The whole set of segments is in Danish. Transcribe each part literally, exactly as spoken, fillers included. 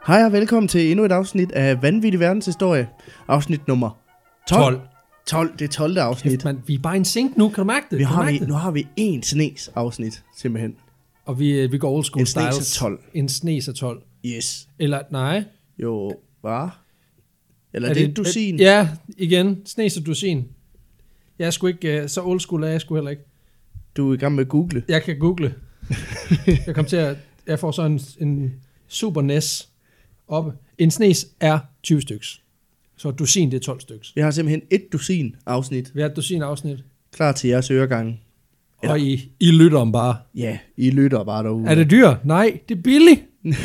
Hej og velkommen til endnu et afsnit af Vanvittig Verdenshistorie. Afsnit nummer tolv. tolv. tolv, det er tolvte afsnit. Kæft, man, vi er bare en sink nu, kan du mærke det? Vi Kan har du vi, mærke det? nu har vi en snes afsnit, simpelthen. Og vi, vi går old school En snes af styles. tolv. En snes af tolv. Yes. Eller, nej. Jo, hvad? Eller Er det er et dusin. Ja, igen. Snes af dusin. Jeg er sgu ikke, uh, så old school er jeg sgu heller ikke. Du er i gang med at google. Jeg kan google. jeg kom til at, jeg får så en, en Super N E S oppe. En snes er tyve styks. Så et dusin, det er tolv styks. Vi har simpelthen et dusin afsnit Vi har et dusin afsnit. klar til jeres øregange. Ja. Og I, I lytter om bare. Ja, I lytter bare derude. Er det dyr? Nej, det er billigt.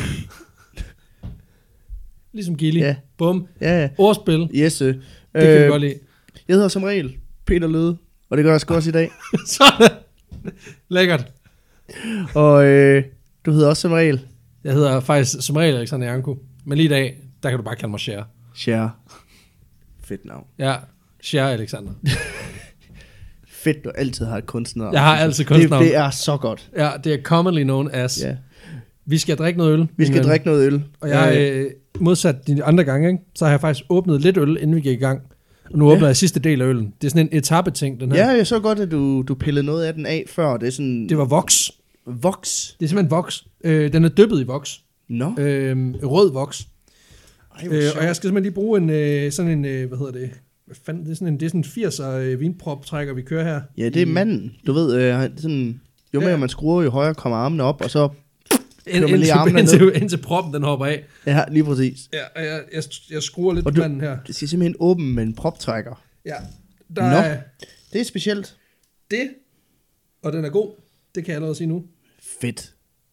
ligesom Gilly. Ja. Bum. Ja, ja. Ordspil. Yes. Øh, Det kan vi godt lide. Jeg hedder som regel Peter Løde, og det gør jeg sgu også i dag. Sådan. Lækkert. Og øh, du hedder også som regel Jeg hedder faktisk som regel Alexander Janko. Men lige i dag, der kan du bare kalde mig Cher. Cher. Fedt navn. Ja, Cher Alexander. Fedt, du altid har et kunstnernavn. Jeg har altid kunstnernavn. Det, det er så godt. Ja, det er commonly known as. Ja. Vi skal drikke noget øl. Vi skal men, drikke noget øl. Og jeg øh, modsat de andre gange, ikke, så har jeg faktisk åbnet lidt øl, inden vi gik i gang. Og nu Ja. åbner jeg sidste del af øllen. Det er sådan en etape-ting, den her. Ja, jeg så godt, at du, du pillede noget af den af før. Det er sådan... Det var voks. Voks. Det er simpelthen voks. Øh, den er dyppet i voks. Nå. Øh, rød voks. Ej, hvor Øh, sjovt. og jeg skal simpelthen lige bruge en, øh, sådan en, øh, hvad hedder det? Hvad fanden, det er sådan en, det er sådan en firser øh, vinprop-trækker, vi kører her. Ja, det er I- manden. Du ved, øh, han- sådan, jo mere Ja. man skruer, jo højere kommer armene op, og så... Ind, man lige indtil, armene indtil, indtil proppen den hopper af. Ja, lige præcis. Ja, og jeg, jeg, jeg skruer lidt Og på du- manden her. Det skal simpelthen åbne med en proptrækker. Ja, der Nå. er Det er specielt. det, og den er god. Det kan jeg allerede sige nu. Fedt.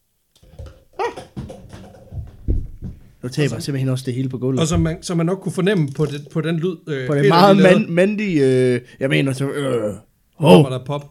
Nu taber jeg simpelthen også det hele på gulvet. Og som man, som man nok kunne fornemme på, det, på den lyd. Øh, på det Peter meget lige lavede, man, mandige... Øh, jeg mener så... Øh, nu oh, kommer der pop.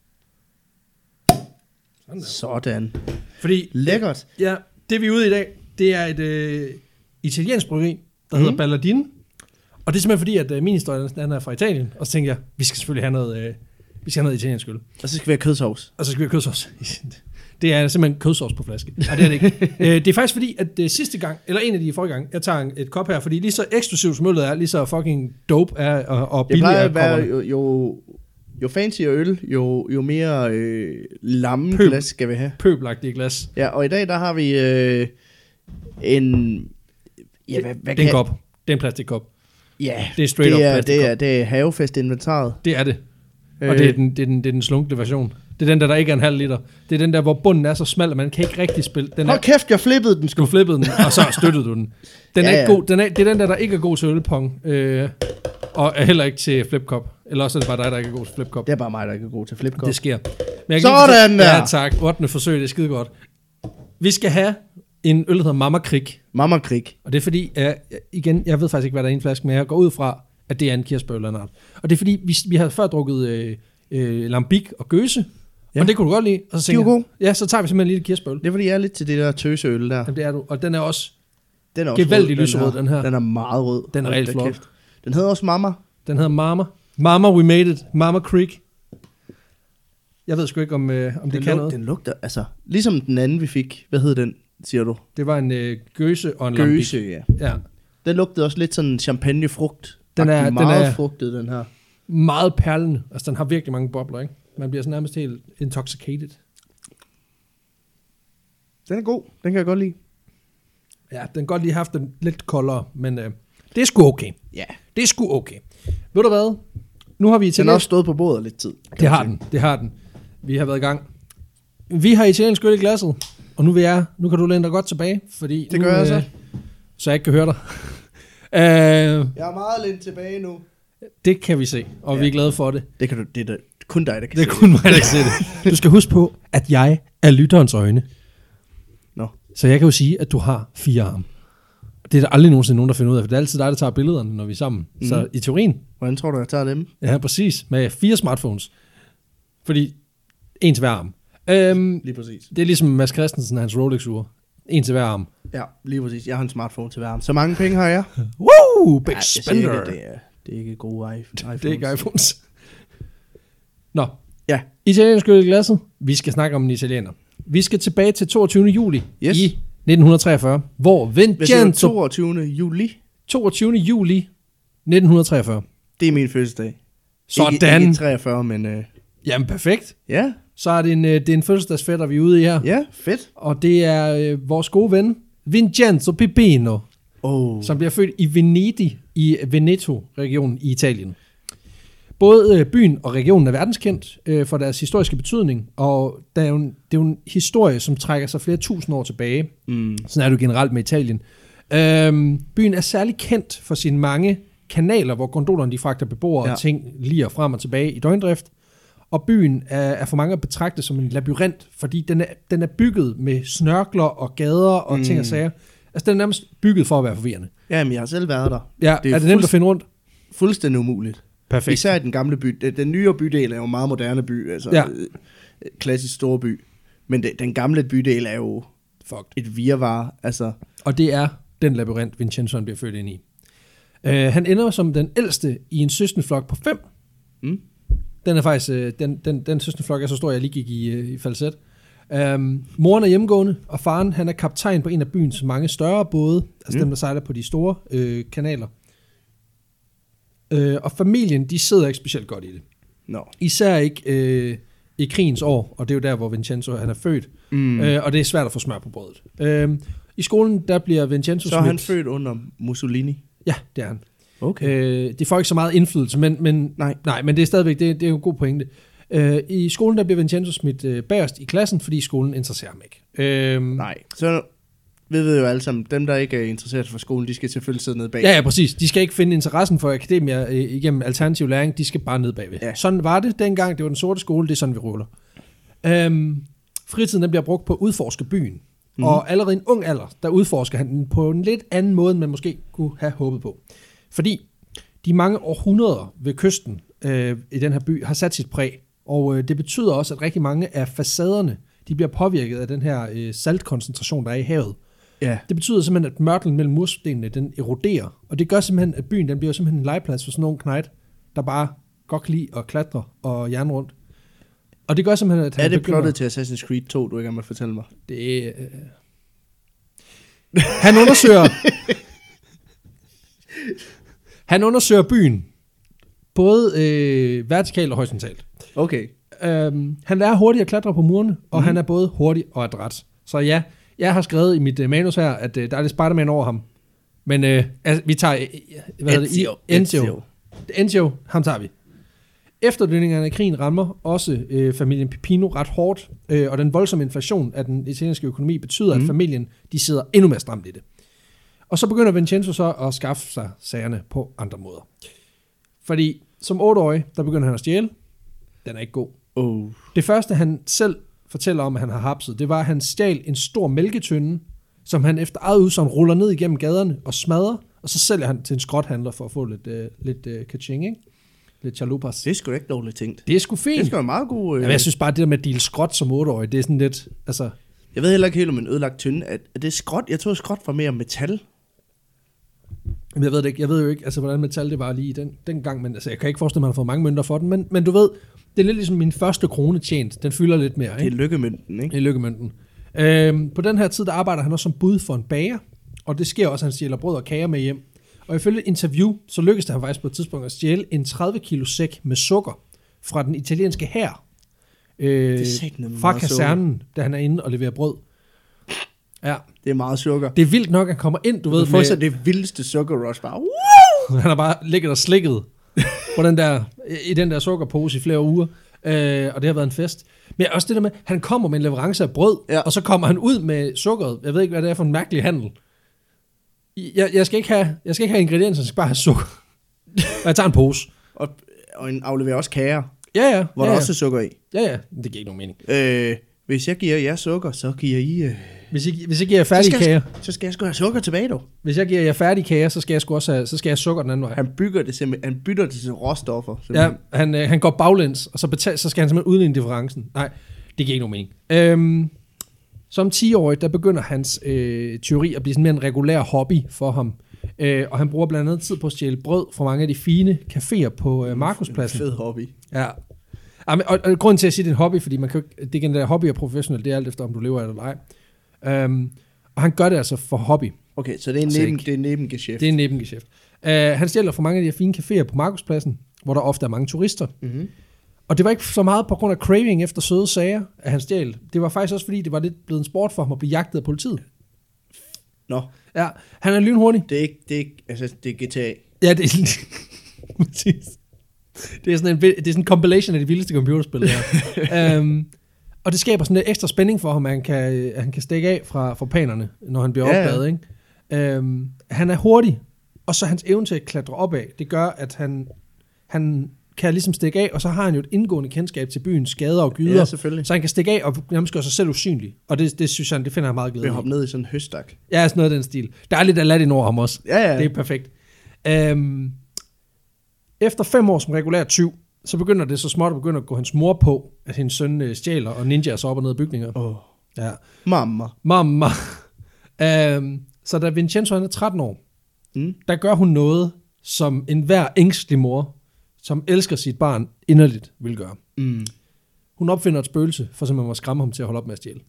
Sådan der. sådan. Fordi, Lækkert. ja, det vi er ude i dag, det er et øh, italiensk bryggeri, der mm. hedder Balladine. Og det er simpelthen fordi, at øh, min historie den er fra Italien. Og så tænkte jeg, vi skal selvfølgelig have noget, øh, vi skal have noget italiensk øl. Og så skal vi have kødsovs. Og så skal vi have kødsovs. Det er simpelthen kødsovs på flaske. Nej, det er det ikke. øh, det er faktisk fordi, at det sidste gang, eller en af de forrige gang, jeg tager en, et kop her, fordi lige så eksklusivt som øllet er, lige så fucking dope er, og, og Det billig plejer er at være, kopperne. jo, jo, jo fancier øl, jo, jo mere øh, lamme Pøbel. glas skal vi have. Pøbelagtige glas. Ja, og i dag der har vi øh, en... Ja, hvad, hvad Det er en kan... kop. Det er en plastikkop. Ja, Det er straight up det er, plastikkop. det er, det er havefest-inventaret. Det er det. Og Øh. det er, den, det, er den, det er den slunkne version. Det er den der, der ikke er en halv liter. Det er den der, hvor bunden er så smal, at man kan ikke rigtig spille. Den Hold er, kæft, jeg flippede den sgu. du flippede den, og så støttede du den. Den er Ja, ikke ja. god. Den er, det er den der, der ikke er god til ølpong. Øh, og er heller ikke til flipkop. Eller også er det bare dig, der ikke er god til flipkop. Det er bare mig, der ikke er god til flipkop. Det sker. Men jeg kan Sådan lige fortælle- der! Ja, tak. ottende forsøg, det er skide godt. Vi skal have en øl, der hedder Mama Krig. Mamma Krig. Og det er fordi, jeg, igen, jeg ved faktisk ikke, hvad der er i en flaske, men jeg går ud fra, at det er en kirsebær eller noget. Og det er fordi, vi, vi har før drukket øh, øh, Lambic og Gøse, Ja. og det kunne du godt lide. Og så De var tænker jeg, gode. ja, så tager vi simpelthen lige et kirsebærøl. Det er fordi, jeg er lidt til det der tøseøl der. Jamen, det er du. Og den er også, Den er også gevaldig rød, lyserød, den her. Den er meget rød. Den er Hold rigtig da flot. kæft. Den hedder også Mamma. den hedder Mama. Mama, we made it. Mama Creek. Jeg ved sgu ikke, om, øh, om det Den, kan lug, noget. den lugter, altså, ligesom den anden vi fik. Hvad hed den, siger du? Det var en øh, Gøse og en Lambic. Gøse, ja. Ja. Den lugtede også lidt sådan champagnefrugt. Den er- den meget er- frugtet, den her. Meget perlende. Altså, den har virkelig mange bobler, ikke? Man bliver sådan nærmest helt intoxicated. Den er god. Den kan jeg godt lide. Ja, den kan godt lige haft den lidt koldere, men øh, det er sgu okay. Ja. Det er sgu okay. Ved du hvad? Nu har vi Den italiensk... har også stået på bordet lidt tid. kan Det man har sige. den, det har den. Vi har været i gang. Vi har italiensk øl i glasset, og nu vil jeg... Nu kan du læne dig godt tilbage, fordi... Det nu, gør jeg så. Så jeg ikke kan høre dig. uh, Jeg er meget lidt tilbage nu. det kan vi se, og Ja. ja. vi er glade for det. Det, kan du, det er da kun dig, der kan Det se er kun mig, der kan se det. Du skal huske på, at jeg er lytterens øjne. Nå. Så jeg kan jo sige, at du har fire arme. Det er der aldrig nogensinde nogen, der finder ud af, for det er altid dig, der tager billederne, når vi er sammen. Mm. Så i teorien, Hvordan tror du, jeg tager dem? ja, præcis, med fire smartphones. Fordi en til hver arm. Øhm, Lige præcis. det er ligesom Mads Christensen og hans Rolex-ure. En til hver arm. Ja, lige præcis. Jeg har en smartphone til hver. Så mange penge har jeg. Woo! Big Ej, jeg siger spender. ikke, det, er, det er ikke gode iPhones. Det er ikke iPhones. Nå, Ja. italiensk øl i glasset. Vi skal snakke om en italiener. Vi skal tilbage til toogtyvende juli Yes. i nitten treogfyrre, hvor Vincenzo... toogtyvende juli. toogtyvende juli nitten treogfyrre. Det er min fødselsdag. Sådan. Ikke, ikke treogfyrre, men... Øh... Jamen, perfekt. Ja. Så er det en, det er en fødselsdagsfætter, vi er ude i her. Ja, fedt. Og det er øh, vores gode ven, Vincenzo Pipino, oh. som bliver født i Venedig, i Veneto-regionen i Italien. Både øh, byen og regionen er verdenskendt øh, for deres historiske betydning, og der er jo en, det er jo en historie, som trækker sig flere tusind år tilbage. Mm. Sådan er det jo generelt med Italien. Øhm, byen er særlig kendt for sine mange kanaler, hvor gondolerne de fragter beboere ja. og ting lige frem og tilbage i døgndrift. Og byen er, er for mange betragtet som en labyrint, fordi den er, den er bygget med snørkler og gader og mm. ting og sager. Altså, den er nærmest bygget for at være forvirrende. Ja, men jeg har selv været der. Ja, det er, er det nemt at finde rundt? Fuldstændig umuligt. Perfekt. Især i den gamle by. Den, den nye bydel er jo en meget moderne by, altså ja. klassisk store by. Men det, den gamle bydel er jo Fucked. Et virvar, altså. Og det er den labyrint, Vincenzo bliver født ind i. Uh, han ender som den ældste i en søskendeflok på fem. Mm. Den er faktisk, uh, den, den, den søskendeflok er så stor, jeg lige gik i, uh, i falset. Um, moren er hjemmegående, og faren han er kaptajn på en af byens mange større både, altså mm. dem, der sejler på de store uh, kanaler. Uh, og familien, de sidder ikke specielt godt i det. No. Især ikke uh, i krigens år, og det er jo der, hvor Vincenzo han er født. Mm. Uh, og det er svært at få smør på brødet. Uh, I skolen, der bliver Vincenzo Så er han født under Mussolini? Ja, det er han. Okay. Uh, det får ikke så meget indflydelse, men, men, nej. nej, men det er stadigvæk det, det er jo en god pointe. Uh, I skolen, der bliver Vincenzo smidt uh, bagerst i klassen, fordi skolen interesserer ham ikke. Uh, nej, så vi ved jo alle sammen, dem der ikke er interesseret for skolen, de skal selvfølgelig sidde nede bag. Ja, ja, præcis. De skal ikke finde interessen for akademier øh, igennem alternativ læring, de skal bare ned bagved. Ja. Sådan var det dengang, det var den sorte skole, det er sådan, vi ruller. Øhm, fritiden den bliver brugt på at udforske byen, mm. og allerede i en ung alder, der udforsker han den på en lidt anden måde, end man måske kunne have håbet på. Fordi de mange århundreder ved kysten øh, i den her by har sat sit præg, og øh, det betyder også, at rigtig mange af facaderne, de bliver påvirket af den her øh, saltkoncentration, der er i havet. Ja. Det betyder simpelthen, at mørtlen mellem murstenene, den eroderer. Og det gør simpelthen, at byen den bliver simpelthen en legeplads for sådan nogle knejt, der bare godt kan lide at klatre og jern rundt. Og det gør simpelthen, at han er det begynder... plottet til Assassin's Creed to, du ikke kan fortælle mig? Det øh... Han undersøger... han undersøger byen. Både øh, vertikalt og horisontalt. Okay. Øhm, han lærer hurtigt at klatre på murene, og mm. han er både hurtig og adræt. Så ja... Jeg har skrevet i mit uh, manus her, at uh, der er lidt Spider-Man over ham. Men uh, altså, vi tager... Uh, hvad Ezio. det? Ezio. Ezio, ham tager vi. Efterdønningerne af krigen rammer også uh, familien Pipino ret hårdt, uh, og den voldsomme inflation af den italienske økonomi betyder, mm. at familien de sidder endnu mere stramt i det. Og så begynder Vincenzo så at skaffe sig sagerne på andre måder. Fordi som otteårig, der begynder han at stjæle. Den er ikke god. Oh. Det første, han selv fortæller om, at han har hapset, det var, at han stjal en stor mælketønde, som han efter eget udsagn ruller ned igennem gaderne og smadrer, og så sælger han til en skrothandler for at få lidt, uh, lidt uh, kaching, ikke? Lidt chalupas. Det er sgu ikke dårligt tænkt. Det er sgu fint. Det er sgu en meget god... Øh... Jamen, jeg synes bare, det der med at dele skrot som otteårig, det er sådan lidt, altså... Jeg ved heller ikke helt om en ødelagt tynde. Er, er det skrot? Jeg tror skrot var mere metal. Jeg ved det ikke. Jeg ved jo ikke, altså, hvordan metal det var lige den, den gang, men altså, jeg kan ikke forestille mig, at man har fået mange mønter for den, men, men du ved, det er lidt ligesom min første krone tjent. Den fylder lidt mere, ikke? Det er lykkemønten, ikke? Det er lykkemønten. Øhm, på den her tid, der arbejder han også som bud for en bager, og det sker også, at han stjæler brød og kager med hjem. Og ifølge et interview, så lykkedes det han faktisk på et tidspunkt at stjæle en tredive kilo sæk med sukker fra den italienske hær. Øh, fra kasernen, da han er inde og leverer brød. Ja. Det er meget sukker. Det er vildt nok, at han kommer ind, du ved. Du får så det vildeste sukker-rush bare. Han har bare ligget og slikket på den der, i den der sukkerpose i flere uger. Øh, og det har været en fest. Men også det der med, han kommer med en leverance af brød, ja. Og så kommer han ud med sukkeret. Jeg ved ikke, hvad det er for en mærkelig handel. Jeg, jeg, skal, ikke have, jeg skal ikke have ingredienser, jeg skal bare have sukker. Og jeg tager en pose. Og, og en afleverer også kager. Ja, ja. Hvor ja, der ja. også er sukker i. Ja, ja. Det giver ikke nogen mening. Øh, hvis jeg giver jer sukker, så giver I... Øh... Hvis, I, hvis jeg giver jer færdige så kager... Så skal jeg sgu have sukker tilbage, dog. Hvis jeg giver jer færdige kager, så skal jeg sgu også have, så skal jeg have sukker den anden vej. Han bygger det simpelthen. Han bytter det til råstoffer. Simpelthen. Ja, han, øh, han går baglæns, og så, betal, så skal han simpelthen udligne differencen. Nej, det giver ikke nogen mening. Øhm, som ti-årig, der begynder hans øh, teori at blive sådan mere en regulær hobby for ham. Øh, og han bruger blandt andet tid på at stjæle brød fra mange af de fine caféer på øh, Markuspladsen. En fed hobby. Ja. Og, og, og grunden til at sige, at det er en hobby, fordi man kan, det er den der hobby og professionel, det er alt efter, om du lever eller ej. Um, Og han gør det altså for hobby. Okay, så det er en neben, det er nebengeschæft. Det er en nebengeschæft. Uh, han stjæler fra mange af de her fine caféer på Markuspladsen, hvor der ofte er mange turister. Mm-hmm. Og det var ikke så meget på grund af craving efter søde sager, at han stjal. Det var faktisk også fordi, det var lidt blevet en sport for ham at blive jagtet af politiet. Nå. Ja, han er lynhurtig. Det er ikke, det er ikke, altså det er G T A. Ja, det er præcis. Det er sådan en, det er sådan en compilation af de vildeste computerspil her. um, og det skaber sådan lidt ekstra spænding for ham, at han kan, at han kan stikke af fra, fra panerne, når han bliver ja, opdaget. Ikke? Um, han er hurtig, og så hans evne til at klatre opad, det gør, at han, han kan ligesom stikke af, og så har han jo et indgående kendskab til byens skader og gyder, ja, selvfølgelig. Så han kan stikke af og nærmest gøre sig selv usynlig. Og det, det synes han, det finder han meget glæde i. Vi hoppe ned i sådan en høstak. Ja, sådan noget af den stil. Der er lidt Aladdin over ham også. Ja, ja. Det er perfekt. Um, efter fem år som regulær tyv, så begynder det så småt at begynde at gå hans mor på, at hendes søn øh, stjæler og ninjaer sig op og ned af bygninger. Oh. Ja. Mamma. Mamma. um, så da Vincenzo han er tretten år, mm. der gør hun noget, som enhver ængstelig mor, som elsker sit barn inderligt, vil gøre. Mm. Hun opfinder et spøgelse, for simpelthen at skræmme ham til at holde op med at stjæle.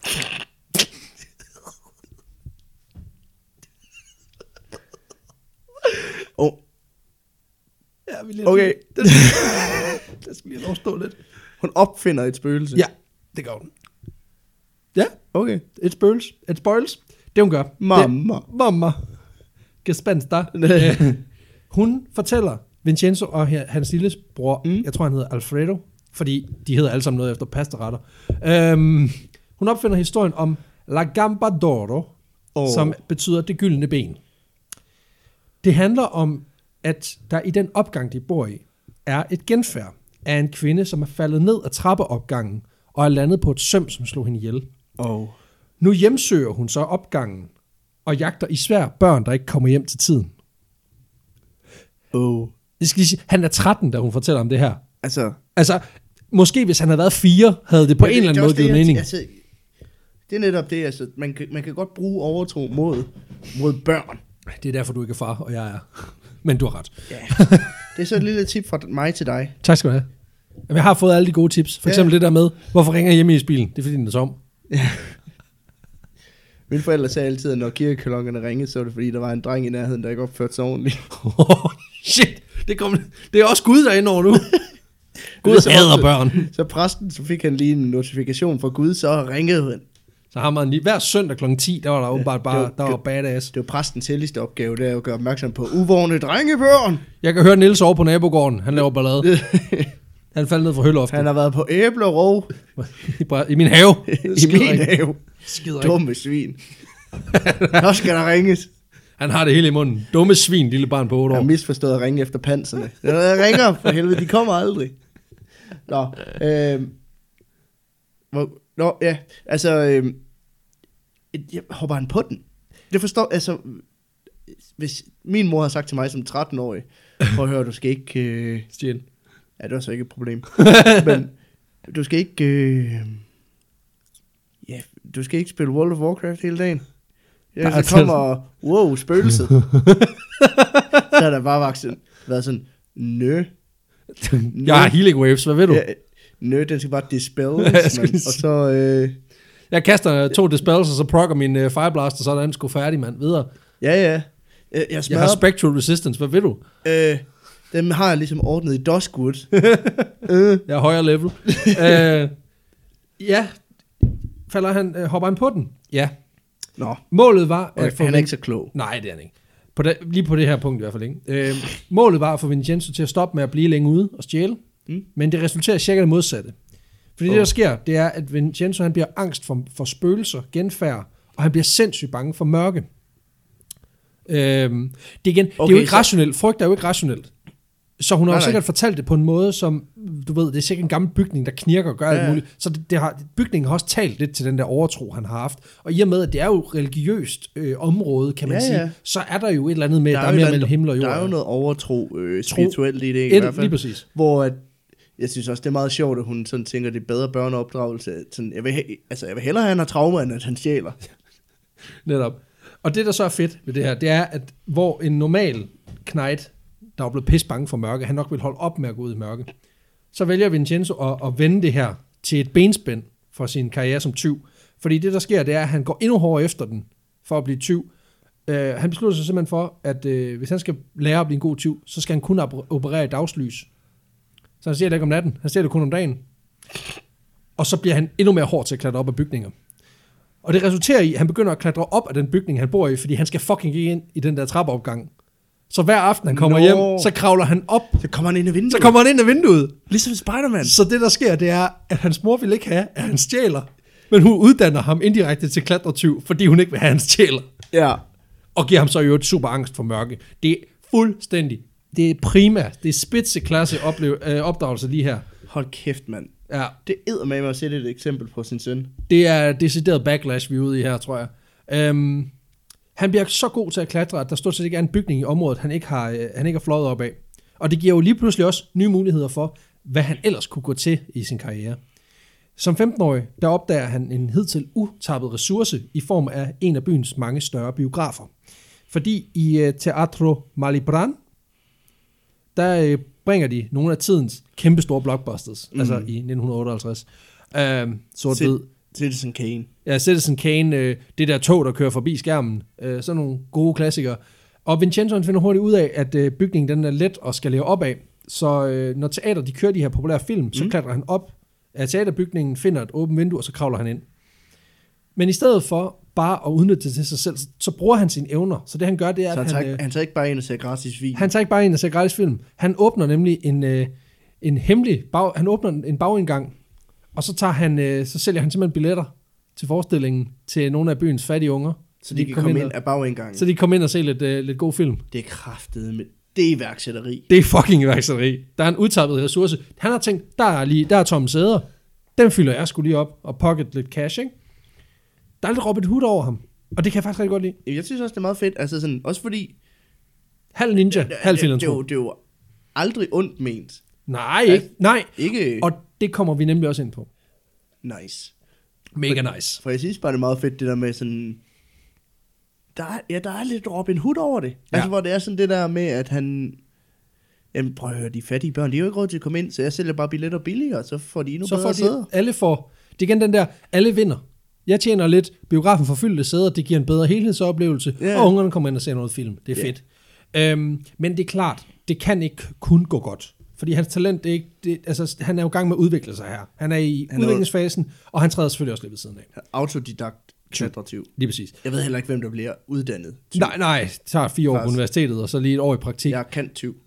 Oh. Ja, vi lige okay. Det, det skal lige lov stå lidt. Hun opfinder et spøgelse? Ja, det gør hun. Ja, okay. Et spøgelse. Et spøgelse. Det hun gør. Mamma. Det, mamma. Gespenst der. Hun fortæller Vincenzo og hans lillebror, mm. jeg tror han hedder Alfredo, fordi de hedder alle sammen noget efter pastaretter. Um, hun opfinder historien om La Gamba d'Oro, oh. som betyder det gyldne ben. Det handler om, at der i den opgang, de bor i, er et genfærd af en kvinde, som er faldet ned ad trappeopgangen og er landet på et søm, som slog hende ihjel. Oh. Nu hjemsøger hun så opgangen og jagter især børn, der ikke kommer hjem til tiden. Oh. Jeg skal lige sige, han er tretten, da hun fortæller om det her. Altså, altså måske hvis han havde været fire, havde det på en eller anden måde givet mening. Altså, det er netop det, altså, man kan, man kan godt bruge overtro mod, mod børn. Det er derfor, du ikke er far, og jeg er. Men du har ret. Ja. Det er så et lille tip fra mig til dig. Tak skal du have. Jeg har fået alle de gode tips. For eksempel ja. det der med, hvorfor ringer jeg hjemme i bilen? Det er fordi, den er tom. Ja. Mine forældre sagde altid, at når kirkeklokkerne ringede, så var det fordi, der var en dreng i nærheden, der ikke opførte sig ordentligt. Oh, shit, det, kom, det er også Gud derinde over nu. Gud hader børn. Så præsten, så fik han lige en notifikation fra Gud, så ringede han. Så har man lige, hver søndag klokken ti, der var der åbenbart bare, var, der var badass. Det var præstens helligste opgave, det er at gøre opmærksom på uvågne drengebørn. Jeg kan høre Niels over på nabogården, han laver ballade. Han faldt ned fra høloftet. Han har været på æblerov. I min have. I min have. Dumme svin. Nå skal der ringes. Han har det hele i munden. Dumme svin, lille barn på otte år. Jeg har misforstået at ringe efter panserne. Jeg ringer, for helvede, de kommer aldrig. Nå, øh, hvor, nå ja, altså, øh, jeg hopper han på den. Det forstår, altså, hvis min mor har sagt til mig som tretten-årig, prøv at høre, du skal ikke... Øh, Stjæl. Ja, det var så ikke et problem. Men du skal ikke... Øh, ja, du skal ikke spille World of Warcraft hele dagen. Ja, så kommer, wow, spøgelset. Så har der bare vokset, været sådan, nø. nø. Jeg har healing waves, hvad ved du? Ja, nø, den skal bare dispels, og så... Øh, jeg kaster to dispels, og så prokker min uh, fireblaster, så er den sgu færdig, mand. Videre. Ja, ja. Jeg, jeg, jeg har spectral resistance, hvad ved du? Øh, dem har jeg ligesom ordnet i Duskwood. øh. Jeg er højere level. øh, ja, falder han, øh, hopper han på den? Ja. Nå. Målet var... Okay, at han er ikke så klog. Nej, det er han ikke. På det, lige på det her punkt i hvert fald ikke. Øh, målet var at få Vincenzo til at stoppe med at blive længe ude og stjæle, mm. men det resulterer cirka det modsatte. Fordi oh. det, der sker, det er, at Vincenzo han bliver angst for, for spøgelser, genfærd, og han bliver sindssygt bange for mørke. Øh, det, igen, okay, det er jo ikke så... rationelt. Frygt er jo ikke rationelt. Så hun har nej, jo sikkert nej. fortalt det på en måde, som, du ved, det er sikkert en gammel bygning, der knirker og gør ja. alt muligt. Så det, det har, bygningen har også talt lidt til den der overtro, han har haft. Og i og med, at det er jo religiøst øh, område, kan man ja, sige, ja. så er der jo et eller andet med, der, der er, er mere mellem himmel og jord. Der er jo noget overtro øh, spirituelt i det, i hvert fald. Lige præcis. Hvor at, jeg synes også, det er meget sjovt, at hun sådan tænker, det er bedre børneopdragelse. Sådan, jeg, vil, altså, jeg vil hellere have, han har traumer, end at han stjæler. Netop. Og det, der så er fedt ved det her, det er, at hvor en normal knejt, der er blevet pisse bange for mørke, han nok vil holde op med at gå ud i mørke, så vælger Vincenzo at, at vende det her til et benspænd for sin karriere som tyv. Fordi det, der sker, det er, at han går endnu hårdere efter den, for at blive tyv. Uh, han beslutter sig simpelthen for, at uh, hvis han skal lære at blive en god tyv, så skal han kun operere i dagslys. Så han ser det ikke om natten, han ser det kun om dagen. Og så bliver han endnu mere hård til at klatre op af bygninger. Og det resulterer i, at han begynder at klatre op af den bygning, han bor i, fordi han skal fucking ikke ind i den der trappeopgang. Så hver aften, han kommer no. hjem, så kravler han op. Så kommer han ind ad vinduet. Så kommer han ind ad vinduet. Ligesom Spider-Man. Så det, der sker, det er, at hans mor vil ikke have, at han stjæler. Men hun uddanner ham indirekte til klatretyv, fordi hun ikke vil have, at han stjæler. Ja. Og giver ham så jo et super angst for mørke. Det er fuldstændig, det er prima, det er spidseklasse opleve, øh, opdragelse lige her. Hold kæft, mand. Ja. Det æder med mig at sætte et eksempel på sin søn. Det er decideret backlash, vi er ude i her, tror jeg. Um, han bliver så god til at klatre, at der stort set ikke er en bygning i området, han ikke har, øh, han ikke har fløjet op af. Og det giver jo lige pludselig også nye muligheder for, hvad han ellers kunne gå til i sin karriere. Som femten-årig, der opdager han en hidtil utappet ressource i form af en af byens mange større biografer. Fordi i uh, Teatro Malibran, der uh, bringer de nogle af tidens kæmpe store blockbusters, mm. altså i nitten otteoghalvtreds. Uh, sort-hvid. Citizen Kane. Ja, Citizen Kane, uh, det der tog, der kører forbi skærmen. Uh, sådan nogle gode klassikere. Og Vincenzo finder hurtigt ud af, at uh, bygningen den er let og skal leve op af. Så uh, når teater de kører de her populære film, mm. så klatrer han op af teaterbygningen, finder et åbent vindue, og så kravler han ind. Men i stedet for bare at udnytte det til sig selv, så, så bruger han sine evner. Så det han gør, det er, så at han... Tager, han, han tager ikke bare ind og ser gratis film? Han tager ikke bare ind og ser gratis film. Han åbner nemlig en, øh, en hemmelig... Bag, han åbner en bagindgang, og så, tager han, øh, så sælger han simpelthen billetter til forestillingen til nogle af byens fattige unger. Så de, de kan komme ind, ind af bagindgangen? Så de kan komme ind og se lidt, øh, lidt god film. Det er kraftedeme. Det er iværksætteri. Det er fucking iværksætteri. Der er en udtappet ressource. Han har tænkt, der er, lige, der er tomme sæder. Den fylder jeg sgu lige op og pocket lidt cash, ikke? Der er lidt Robin Hood over ham. Og det kan jeg faktisk rigtig godt lide. Jeg synes også, det er meget fedt. Altså sådan, også fordi... Halv ninja, det, halv filantro. Det, det, det er jo aldrig ondt ment. Nej, ikke. Nej. Ikke. Og det kommer vi nemlig også ind på. Nice. Mega for, nice. For jeg synes bare, det er meget fedt, det der med sådan... Der er, ja, der er lidt Robin Hood over det. Ja. Altså, hvor det er sådan det der med, at han... Jamen, prøv at høre, de fattige børn, de har jo ikke råd til at komme ind, så jeg sælger bare billetter billigere, så får de endnu så bedre sæder. Alle får... Det er igen den der, alle vinder. Jeg tjener lidt, biografen får fyldte sæder, det giver en bedre helhedsoplevelse, yeah. og ungerne kommer ind og ser noget film. Det er yeah. fedt. Øhm, men det er klart, det kan ikke kun gå godt. Fordi hans talent, det er ikke, det, altså, han er jo i gang med at udvikle sig her. Han er i han udviklingsfasen, er... og han træder selvfølgelig også lidt ved siden af. Autodidakt klatrativ. Lige præcis. Jeg ved heller ikke, hvem der bliver uddannet. Tyv. Nej, nej, det tager fire år Fast. På universitetet, og så lige et år i praktik. Jeg kan tyv.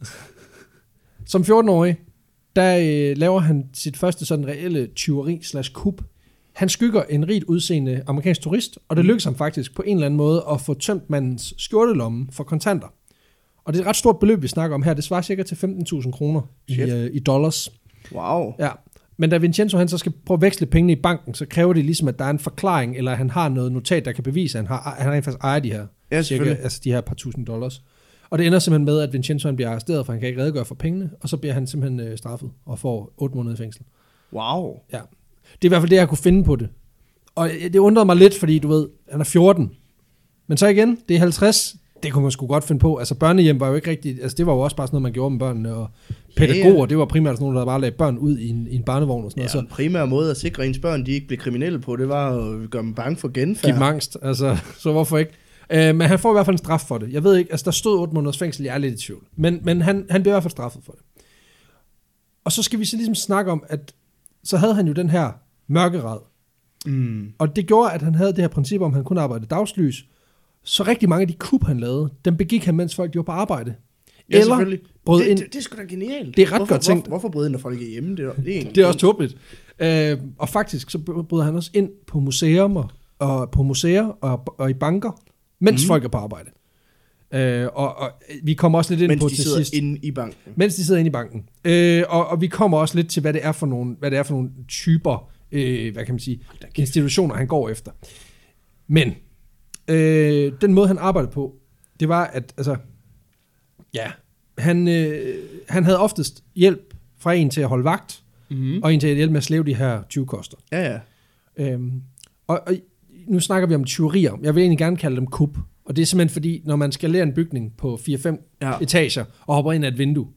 Som fjorten-årig, der øh, laver han sit første sådan reelle tyveri slash kup. Han skygger en rigt udseende amerikansk turist, og det lykkes ham faktisk på en eller anden måde at få tømt mandens skjortelomme for kontanter. Og det er et ret stort beløb, vi snakker om her. Det svarer cirka til femten tusind kroner i, øh, i dollars. Wow. Ja. Men da Vincenzo han så skal prøve at veksle pengene i banken, så kræver det ligesom, at der er en forklaring, eller at han har noget notat, der kan bevise, at han har, han har faktisk ejer de her, ja, cirka, altså de her par tusind dollars. Og det ender simpelthen med, at Vincenzo han bliver arresteret, for han kan ikke redegøre for pengene, og så bliver han simpelthen øh, straffet og får otte måneder i fængsel. Wow. Ja. Det er i hvert fald det, jeg kunne finde på det. Og det undrede mig lidt, fordi du ved, han er fjorten. Men så igen, det er halvtreds. Det kunne man sgu godt finde på. Altså børnehjem var jo ikke rigtigt, altså det var jo også bare sådan noget, man gjorde med børnene. Og pædagoger, ja, ja. Det var primært sådan nogle, der bare lagde børn ud i en, i en barnevogn og sådan ja, noget. Så en primær måde at sikre ens børn, de ikke blev kriminelle på, det var at gøre dem bange for genfærd. Giv dem angst, altså så hvorfor ikke? Uh, men han får i hvert fald en straf for det. Jeg ved ikke, altså der stod otte måneders fængsel, jeg er lidt i tvivl. Men, men han, han bliver i hvert fald straffet for det. Og så skal vi så ligesom snakke om, at så havde han jo den her mørkerad. Mm. Og det gjorde, at han havde det her princip om, at han kunne arbejde dagslys. Så rigtig mange af de kup, han lavede, dem begik han, mens folk var på arbejde. Ja, eller selvfølgelig. Brød det, ind. Det, det er sgu da genialt. Det er ret hvorfor, godt tænkt. Hvorfor, hvorfor bryde ind, når folk er hjemme? Det er, det er, det er også tåbeligt. Øh, og faktisk, så bryder han også ind på museer og, på museer og, og i banker, mens mm. folk er på arbejde. Øh, og, og vi kommer også lidt ind mens på de til sidder sidst. inde i banken. Mens de sidder inde i banken. Øh, og, og vi kommer også lidt til, hvad det er for nogle, hvad det er for nogle typer, øh, hvad kan man sige, institutioner, han går efter. Men øh, den måde, han arbejdede på, det var, at altså, ja, han, øh, han havde oftest hjælp fra en til at holde vagt, mm-hmm. og en til at hjælpe med at slæve de her tyvekoster. Ja, ja. Øhm, og, og nu snakker vi om tyverier. Jeg vil egentlig gerne kalde dem kup. Og det er simpelthen fordi, når man skal lære en bygning på fire fem ja. etager, og hopper ind af et vindue,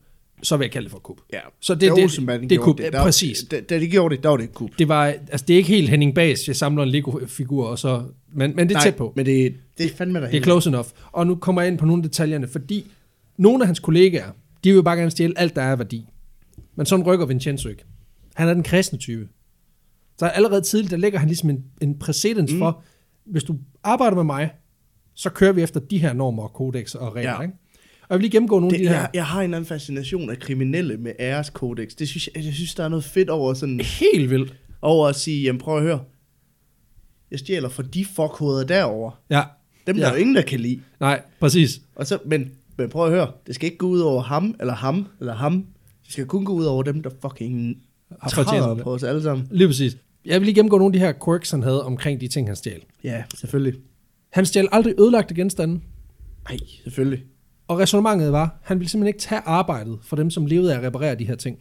så vil jeg kalde det for et kup. Ja. Så det, det, det, det er kup, det. præcis. Da, da de gjorde det, der var det et kup. Det var, altså det er ikke helt Henning Baes, jeg samler en Lego-figur, og så, men, men det er Nej, tæt på. men det, det er fandme der. Det er close enough. Og nu kommer jeg ind på nogle af detaljerne, fordi nogle af hans kollegaer, de vil jo bare gerne stjæle alt, der er værdi. Men sådan rykker Vincenzo ikke. Han er den kristne type. Så allerede tidligt, der lægger han ligesom en, en præcedens mm. for, hvis du arbejder med mig, så kører vi efter de her normer og kodex og regler, ja. Ikke? Og jeg vil lige gennemgå nogle det, af de her. Jeg, jeg har en eller anden fascination af kriminelle med æreskodex. Det synes jeg, jeg synes, der er noget fedt over sådan... Helt vildt. Over at sige, jamen prøv at høre, jeg stjæler for de fuckhoveder derovre. Ja. Dem der ja. er jo ingen, der kan lide. Nej, præcis. Og så, men, men prøv at høre, det skal ikke gå ud over ham, eller ham, eller ham. Det skal kun gå ud over dem, der fucking træder på os alle sammen. Lige præcis. Jeg vil lige gennemgå nogle af de her quirks, han havde omkring de ting, han stjal. Ja, selvfølgelig. Han stjal aldrig ødelagte genstande. Nej, selvfølgelig. Og resonemanget var, han ville simpelthen ikke tage arbejdet for dem, som levede af at reparere de her ting.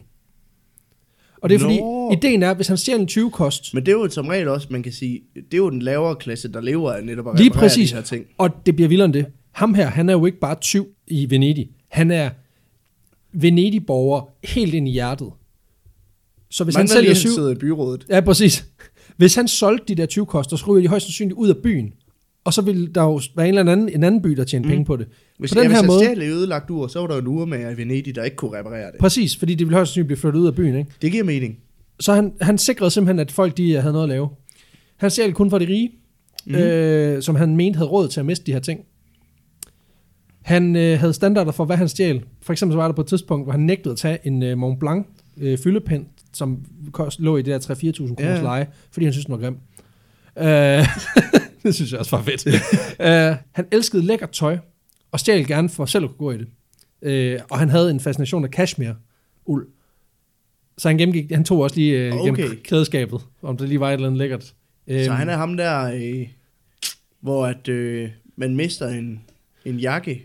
Og det er Nå. fordi, ideen er, hvis han stjæler en tyve-kost... Men det er jo som regel også, man kan sige, det er jo den lavere klasse, der lever af netop at lige reparere præcis. de her ting. Og det bliver vildere end det. Ham her, han er jo ikke bare tyv i Venedig. Han er Venedig-borger helt ind i hjertet. Så hvis man han sælger syv... sidder i byrådet. Ja, præcis. Hvis han solgte de der tyve-koster, så ryger de højst sandsynligt ud af byen. Og så ville der jo være en eller anden, en anden by, der tjener mm. penge på det. Hvis, på den ja, her hvis måde, han stjal ødelagt ur, så var der jo en urmager i Venedig, der ikke kunne reparere det. Præcis, fordi det ville højst sandsynligt blive flyttet ud af byen, ikke? Det giver mening. Så han, han sikrede simpelthen, at folk de havde noget at lave. Han stjal kun for de rige, mm. øh, som han mente havde råd til at miste de her ting. Han øh, havde standarder for, hvad han stjal. For eksempel så var der på et tidspunkt, hvor han nægtede at tage en øh, Mont Blanc øh, fyldepind, som kost, lå i det der tre til fire tusind kroners yeah. leje, fordi han synes den var grim. Øh, det synes jeg også var fedt. øh, han elskede lækkert tøj, og stjal gerne for selv at kunne gå i det. Øh, og han havde en fascination af cashmere-uld. Så han gennemgik, han tog også lige øh, okay. gennem klædeskabet, om det lige var et eller andet lækkert. Så Øh, han er ham der, øh, hvor at, øh, man mister en, en jakke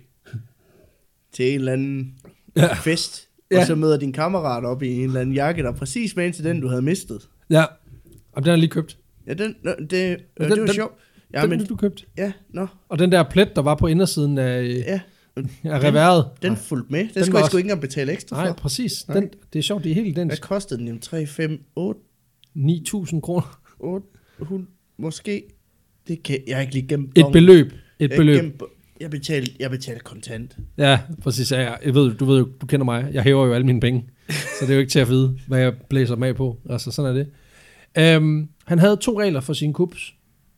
til en eller anden ja. fest, ja. og så møder din kammerat op i en eller anden jakke, der er præcis med til den, du havde mistet. Ja, og den er lige købt. Ja, den, det, det, den, det var den, sjovt. Ja, den, men, den du købt. Ja, nå. No. Og den der plet, der var på indersiden af, ja. af reværet. Den, den fulgte med. Den, den skulle jeg sgu ikke engang betale ekstra for. Nej, præcis. Nej. Den, det er sjovt, det er helt den. Hvad kostede den? tre, fem, otte? ni tusind kroner. otte hundrede, måske. Det kan jeg ikke lige gennem. Et beløb. Et beløb. Gennem, jeg betalte, jeg betalte kontant. Ja, præcis. Ja, jeg ved, du ved jo, du kender mig. Jeg hæver jo alle mine penge. Så det er jo ikke til at vide, hvad jeg blæser mig på. Altså, sådan er det. Um, han havde to regler for sine kups.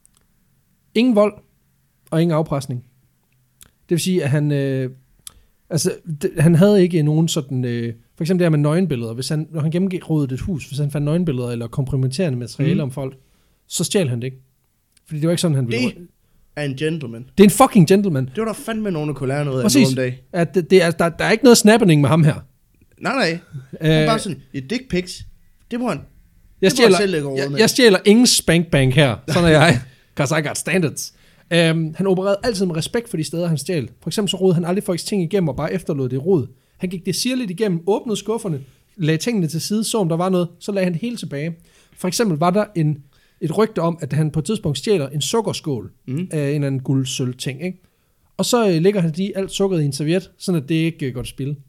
Ingen vold og ingen afpresning. Det vil sige, at han, øh, altså, det, han havde ikke nogen sådan, øh, for eksempel det her med nøgenbilleder. Hvis han, når han gennemrodede et hus, hvis han fandt nøgenbilleder eller kompromitterende materiale mm. om folk, så stjal han det ikke. Fordi det var ikke sådan, han ville. Det er en gentleman. Det er en fucking gentleman. Det var der fandme nogen, der kunne lære noget Præcis. af nu om dag. At det, det er, der, der er ikke noget snapping med ham her. Nej, nej. Han er bare sådan, et dick pics, det må han, jeg det stjæler, må han selv lægge over jeg, med. Jeg stjæler ingen spankbank her. Sådan er jeg. Because I got standards. Um, han opererede altid med respekt for de steder, han stjal. For eksempel så rodede han aldrig folks ting igennem og bare efterlod det rod. Han gik det sirligt igennem, åbnede skufferne, lagde tingene til side, så om der var noget, så lagde han det hele tilbage. For eksempel var der en, et rygte om, at han på et tidspunkt stjæler en sukkerskål mm. af en eller anden guldsølv ting, ikke? Og så øh, lægger han lige alt sukkeret i en serviet, sådan at det ikke øh, går til spil.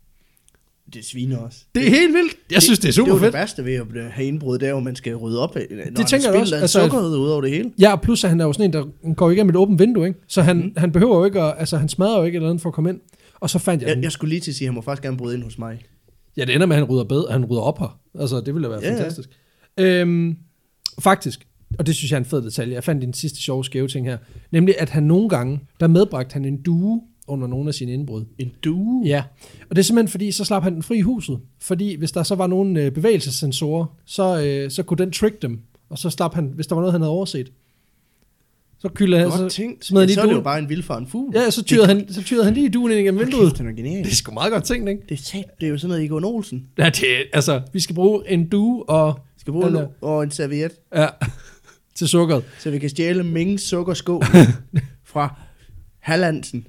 Det sviner også. Det er helt vildt. Jeg synes, det er super fedt. Det er jo fedt. det værste ved at have indbrud, det er jo, man skal rydde op, når det tænker jeg også. Altså, sukkeret ud over det hele. Ja, og plus at han er jo sådan en, der går igennem et åbent vindue, ikke? Så han, mm. han behøver jo ikke, at, altså han smadrer jo ikke eller andet for at komme ind. Og så fandt jeg Jeg, den. jeg skulle lige til at sige, at han må faktisk gerne bryde ind hos mig. Ja, det ender med, at han rydder bedre, han rydder op her. Altså, det ville da være ja, fantastisk. Ja. Øhm, faktisk, og det synes jeg er en fed detalje, jeg fandt den sidste sjove skæve ting her, nemlig at han nogle gange, der medbragte han en due under nogle af sine indbrud. En due? Ja, og det er simpelthen fordi, så slap han den fri i huset. Fordi hvis der så var nogle øh, bevægelsessensorer, så, øh, så kunne den trick dem, og så slap han, hvis der var noget, han havde overset. Så kyldede han, så tænkt. Ja, så er det jo bare en vildfaren fugl. Ja, så tyrede, han, så tyrede han lige duen ind igennem vinduet. Kæft, det er genialt. Det er sgu meget godt tænkt, ikke? Det er, det er jo sådan noget Egon Olsen. Ja, det er, altså, vi skal bruge en due og... Vi skal bruge en, og en serviet. Ja, til sukkeret. Så vi kan stjæle Mings sukkerskål fra Hallandsen.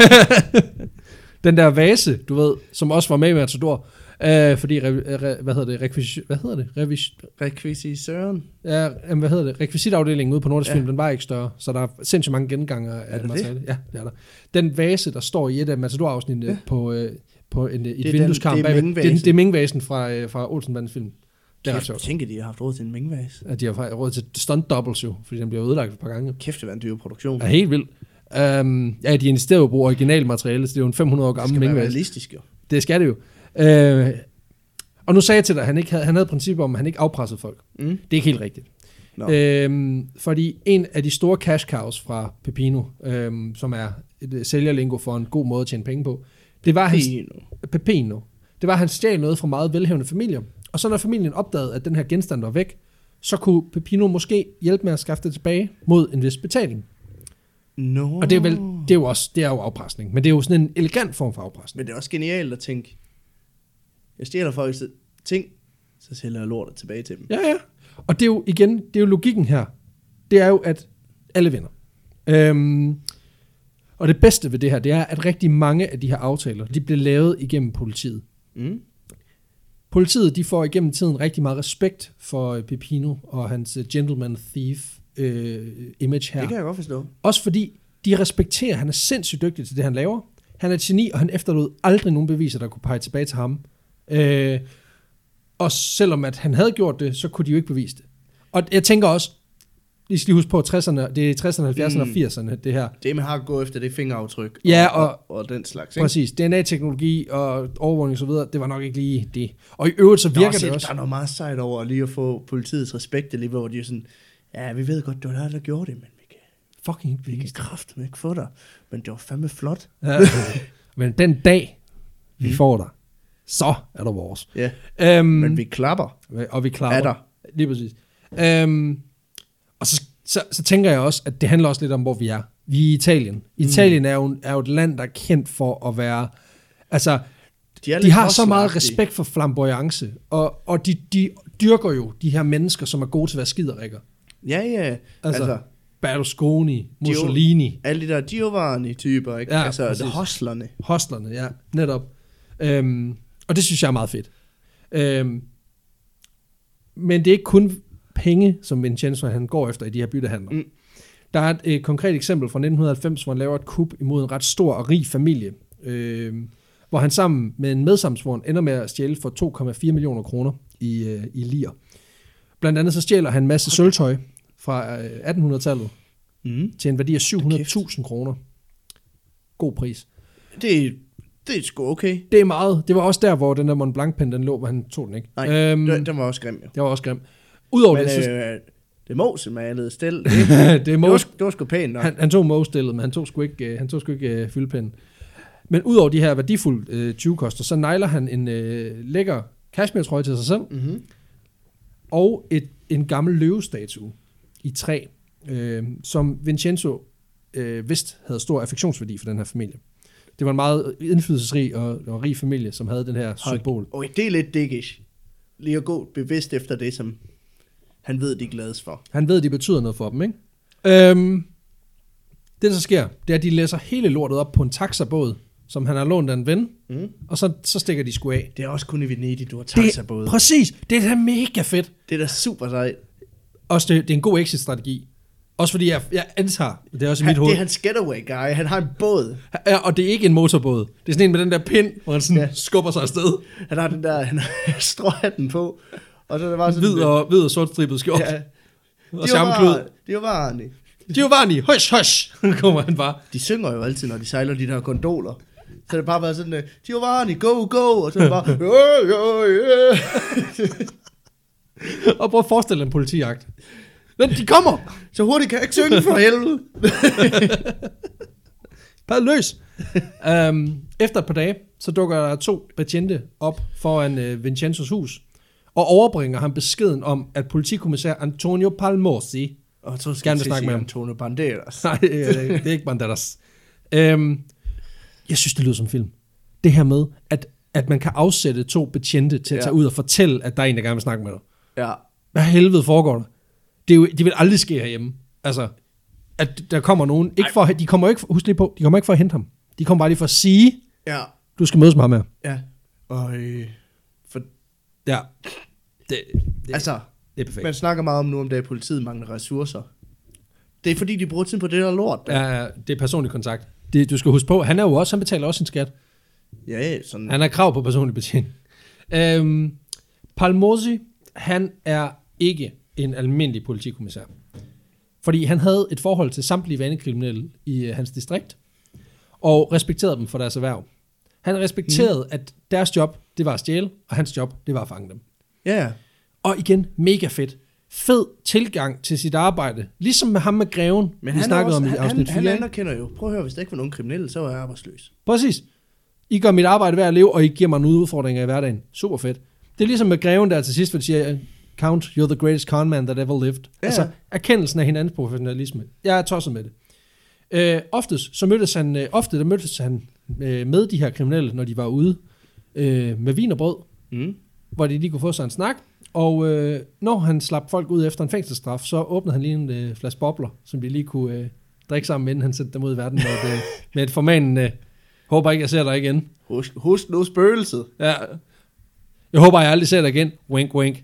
Den der vase, du ved, som også var med i Matador, øh, fordi, re, re, hvad hedder det, rekvis, hvad hedder det? Revis, Rekvisitøren. Ja, hvad hedder det? Rekvisitafdelingen ude på Nordisk ja. Film, den var ikke større, så der er sindssygt mange genganger af det materiale. Ja, det er der. Den vase, der står i et af Matador-afsnittene ja. på, øh, på en, et det vindueskarm. Den, det er Ming-vasen. Det, det er Ming-vasen fra, øh, fra Olsenbandens film. Det er ret sjovt. Jeg tænker, de har haft råd til en Ming-vase. At de har råd til stunt doubles jo, fordi den bliver ødelagt et par gange. Kæft, det var en dyr produktion. Er helt vildt. Um, ja, de investerer jo på originalmateriale, så det er jo en fem hundrede år gammel Ming-vase. Det skal være realistisk jo. Det skal det jo. Uh, og nu sagde jeg til dig, at han, ikke havde, han havde princip om, at han ikke afpressede folk. Mm. Det er ikke helt rigtigt. No. Um, fordi en af de store cash cows fra Pepino, um, som er et sælgerlingo for en god måde at tjene penge på, det var hans, Pepino. Det var, at han stjal noget fra meget velhavende familier. Og så når familien opdagede, at den her genstand var væk, så kunne Pepino måske hjælpe med at skaffe det tilbage mod en vis betaling. No. Og det er, vel, det er jo også det er jo afpresning, men det er jo sådan en elegant form for afpresning. Men det er også genialt at tænke, jeg stjæler folks ting, så sælger jeg lortet tilbage til dem. Ja, ja. Og det er jo igen, det er jo logikken her. Det er jo, at alle vinder. Øhm, og det bedste ved det her, det er, at rigtig mange af de her aftaler, de bliver lavet igennem politiet. Mm. Politiet, de får igennem tiden rigtig meget respekt for Pepino og hans gentleman thief øh, image her. Det kan jeg godt forstå. Også fordi de respekterer, han er sindssygt dygtig til det, han laver. Han er et geni, og han efterlod aldrig nogen beviser, der kunne pege tilbage til ham. Øh, og selvom at han havde gjort det, så kunne de jo ikke bevise det. Og jeg tænker også, I skal lige huske på, tresserne, det er tresserne, halvfjerdserne mm. og firserne, det her. Det med har gået efter det fingeraftryk ja, og, og, og, og den slags. Ikke? Præcis, D N A-teknologi og overvågning og så videre, det var nok ikke lige det. Og i øvrigt så virker også, det også. Der er noget meget sejt over lige at få politiets respekt, lige hvor de er sådan, ja, vi ved godt, det var der, der gjorde det, men vi kan fucking ikke vi kan kraftedeme ikke få dig. Men det var fandme flot. Ja, men den dag, vi mm. får dig, så er der vores. Ja, øhm, men vi klapper. Og vi klapper. Er der. Lige præcis. Øhm, og så, så, så tænker jeg også, at det handler også lidt om, hvor vi er. Vi er i Italien. Mm. Italien er jo, er jo et land, der er kendt for at være, altså, de, de har så meget respekt for flamboyance, og, og de, de dyrker jo de her mennesker, som er gode til at være skiderikker. Ja, ja. Altså, altså Berlusconi, Mussolini. Alle de der Giovanni-typer, ikke? Ja, altså, det hoslerne. Hoslerne, ja, netop. Øhm, og det synes jeg er meget fedt. Øhm, men det er ikke kun penge, som Vincenzo han går efter i de her byttehandler. Mm. Der er et, et konkret eksempel fra nitten halvfems, hvor han laver et kup imod en ret stor og rig familie, øh, hvor han sammen med en medsamsvoren ender med at stjæle for to komma fire millioner kroner i, øh, i lir. Blandt andet så stjæler han en masse sølvtøj fra øh, attenhundredetallet mm. til en værdi af syv hundrede tusind kroner. God pris. Det, det er sgu okay. Det er meget. Det var også der, hvor den der Mont Blanc-pen, den lå, hvor han tog den, ikke? Nej, øhm, den, den var også grim, jo. Det var også grim. Udover men, det, så... Øh, det Mose-malede stil, det, det, det, var, det var sgu pænt nok. Han, han tog Mose-stillet, men han tog sgu ikke, han tog sgu ikke uh, fyldpinden. Men udover de her værdifulde uh, tyvekoster, så nejler han en uh, lækker cashmere-trøje til sig selv, mm-hmm. og et, en gammel løvestatue i træ, uh, som Vincenzo uh, vist havde stor affektionsværdi for den her familie. Det var en meget indflydelsesrig og, og rig familie, som havde den her symbol. Okay, det er lidt dickish. Lige at gå bevidst efter det, som han ved, de er glades for. Han ved, de betyder noget for dem, ikke? Øhm, det, der så sker, det er, at de læser hele lortet op på en taxabåd, som han har lånt af en ven, mm. og så, så stikker de sgu af. Det er også kun i Venedig, du har taxabåd. Præcis, det er da mega fedt. Det er da super sejt. Også det, det er en god exit-strategi. Også fordi jeg, jeg antager, det er også i han, mit hoved. Det er hans getaway guy, han har en båd. Ja, og det er ikke en motorbåd. Det er sådan en med den der pind, hvor han sådan ja. skubber sig afsted. Han har den der, han har strøhatten på. Og så er det bare sådan... Hvid og, hvid og sortstribet skjort. Ja. Og charmeklud. Giovanni. Giovanni, hush, hush, kommer han bare. De synger jo altid, når de sejler de der gondoler. Så det bare været sådan, Giovanni, go, go, og så er det bare, øh, øh, øh. Og prøv at forestille dig en politijagt. Men de kommer. Så hurtigt kan jeg ikke synge for helvede. Bare løs. um, efter et par dage, så dukker der to betjente op foran uh, Vincenzos hus, og overbringer ham beskeden om, at politikommissær Antonio Palmozzi og så skal gerne snakke med Antonio Banderas. Nej, det er ikke Banderas. um, jeg synes, det lyder som film. Det her med, at, at man kan afsætte to betjente til at ja. tage ud og fortælle, at der er en, der gerne vil snakke med dig. Ja. Hvad helvede foregår der? Det, er jo, det vil aldrig ske herhjemme. Altså, at der kommer nogen, ikke for, de kommer ikke, husk lige på, de kommer ikke for at hente ham. De kommer bare lige for at sige, ja. du skal mødes med ham her. Ja. Og øh, for... Ja. Det, det, altså, det er perfekt. Man snakker meget om nu, om det er politiet mangler ressourcer. Det er fordi, de bruger tid på det der lort. Der. Ja, det er personlig kontakt. Det, du skal huske på, han er jo også, han betaler også sin skat. Ja, sådan. Han har krav på personlig betjening. Øhm, Palmozzi, han er ikke en almindelig politikommissær. Fordi han havde et forhold til samtlige vanekriminelle i uh, hans distrikt, og respekterede dem for deres erhverv. Han respekterede, mm. at deres job, det var at stjæle, og hans job, det var at fange dem. Ja. Yeah. Og igen, mega fedt. Fed tilgang til sit arbejde. Ligesom med ham med greven, men vi snakkede også, om i afsnit fire. Han anerkender jo. Prøv at høre, hvis der ikke var nogen kriminelle, så var jeg arbejdsløs. Præcis. I gør mit arbejde værd at leve, og I giver mig nogle udfordringer i hverdagen. Super fedt. Det er ligesom med greven der til sidst, hvor de siger, Count, you're the greatest con man that ever lived. Ja. Altså, erkendelsen af hinandens professionalisme. Jeg er tosset med det. Øh, oftest, så mødtes han, øh, ofte der mødtes han øh, med de her kriminelle, når de var ude øh, med vin og brød, mm. hvor de lige kunne få sig en snak. Og øh, når han slap folk ud efter en fængselsstraf, så åbnede han lige en øh, flaske bobler, som de lige kunne øh, drikke sammen, inden han sendte dem ud i verden med et, øh, med et formanende, øh, håber ikke, jeg ser dig igen. Husk, husk nu spøgelset. Ja. Jeg håber, jeg aldrig ser dig igen. Wink, wink.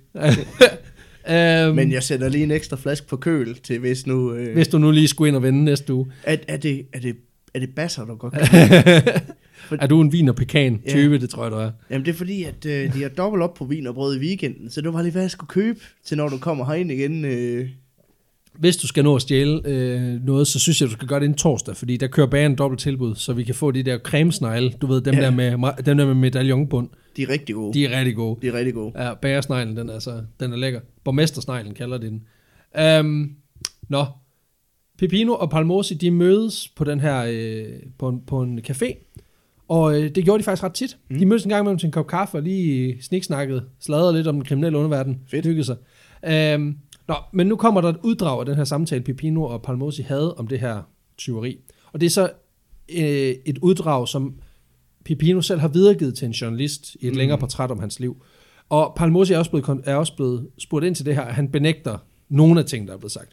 um, Men jeg sætter lige en ekstra flaske på køl til, hvis nu... Øh, hvis du nu lige skulle ind og vende næste uge. Er, er, det, er, det, er det basser, du godt kan? For, er du en vin- og pekan-type, ja. Det tror jeg, du er. Jamen, det er fordi, at øh, de har dobbelt op på vin og brød i weekenden, så det var lige, hvad jeg skulle købe til, når du kommer herind igen. Øh. Hvis du skal nå at stjæle øh, noget, så synes jeg, du skal gøre det en torsdag, fordi der kører bageren dobbelt tilbud, så vi kan få de der cremesnegle, du ved, dem, ja. der, med, dem der med medaljonbund. De er rigtig gode. De er rigtig gode. De er rigtig gode. Ja, bagersneglen, den er, altså, den er lækker. Borgmestersneglen kalder de den. Um, nå, Peppino og Palmozzi, de mødes på den her, øh, på, en, på en café, og øh, det gjorde de faktisk ret tit. Mm. De mødtes en gang imellem til en kop kaffe og lige sniksnakkede, sladrede lidt om den kriminelle underverden. Fedt. Hyggede sig. Um, nå, men nu kommer der et uddrag af den her samtale, Peppino og Palmozzi havde om det her tyveri. Og det er så øh, et uddrag, som Peppino selv har videregivet til en journalist i et mm. længere portræt om hans liv. Og Palmozzi er også, blevet, er også blevet spurgt ind til det her, at han benægter nogle af ting, der er blevet sagt.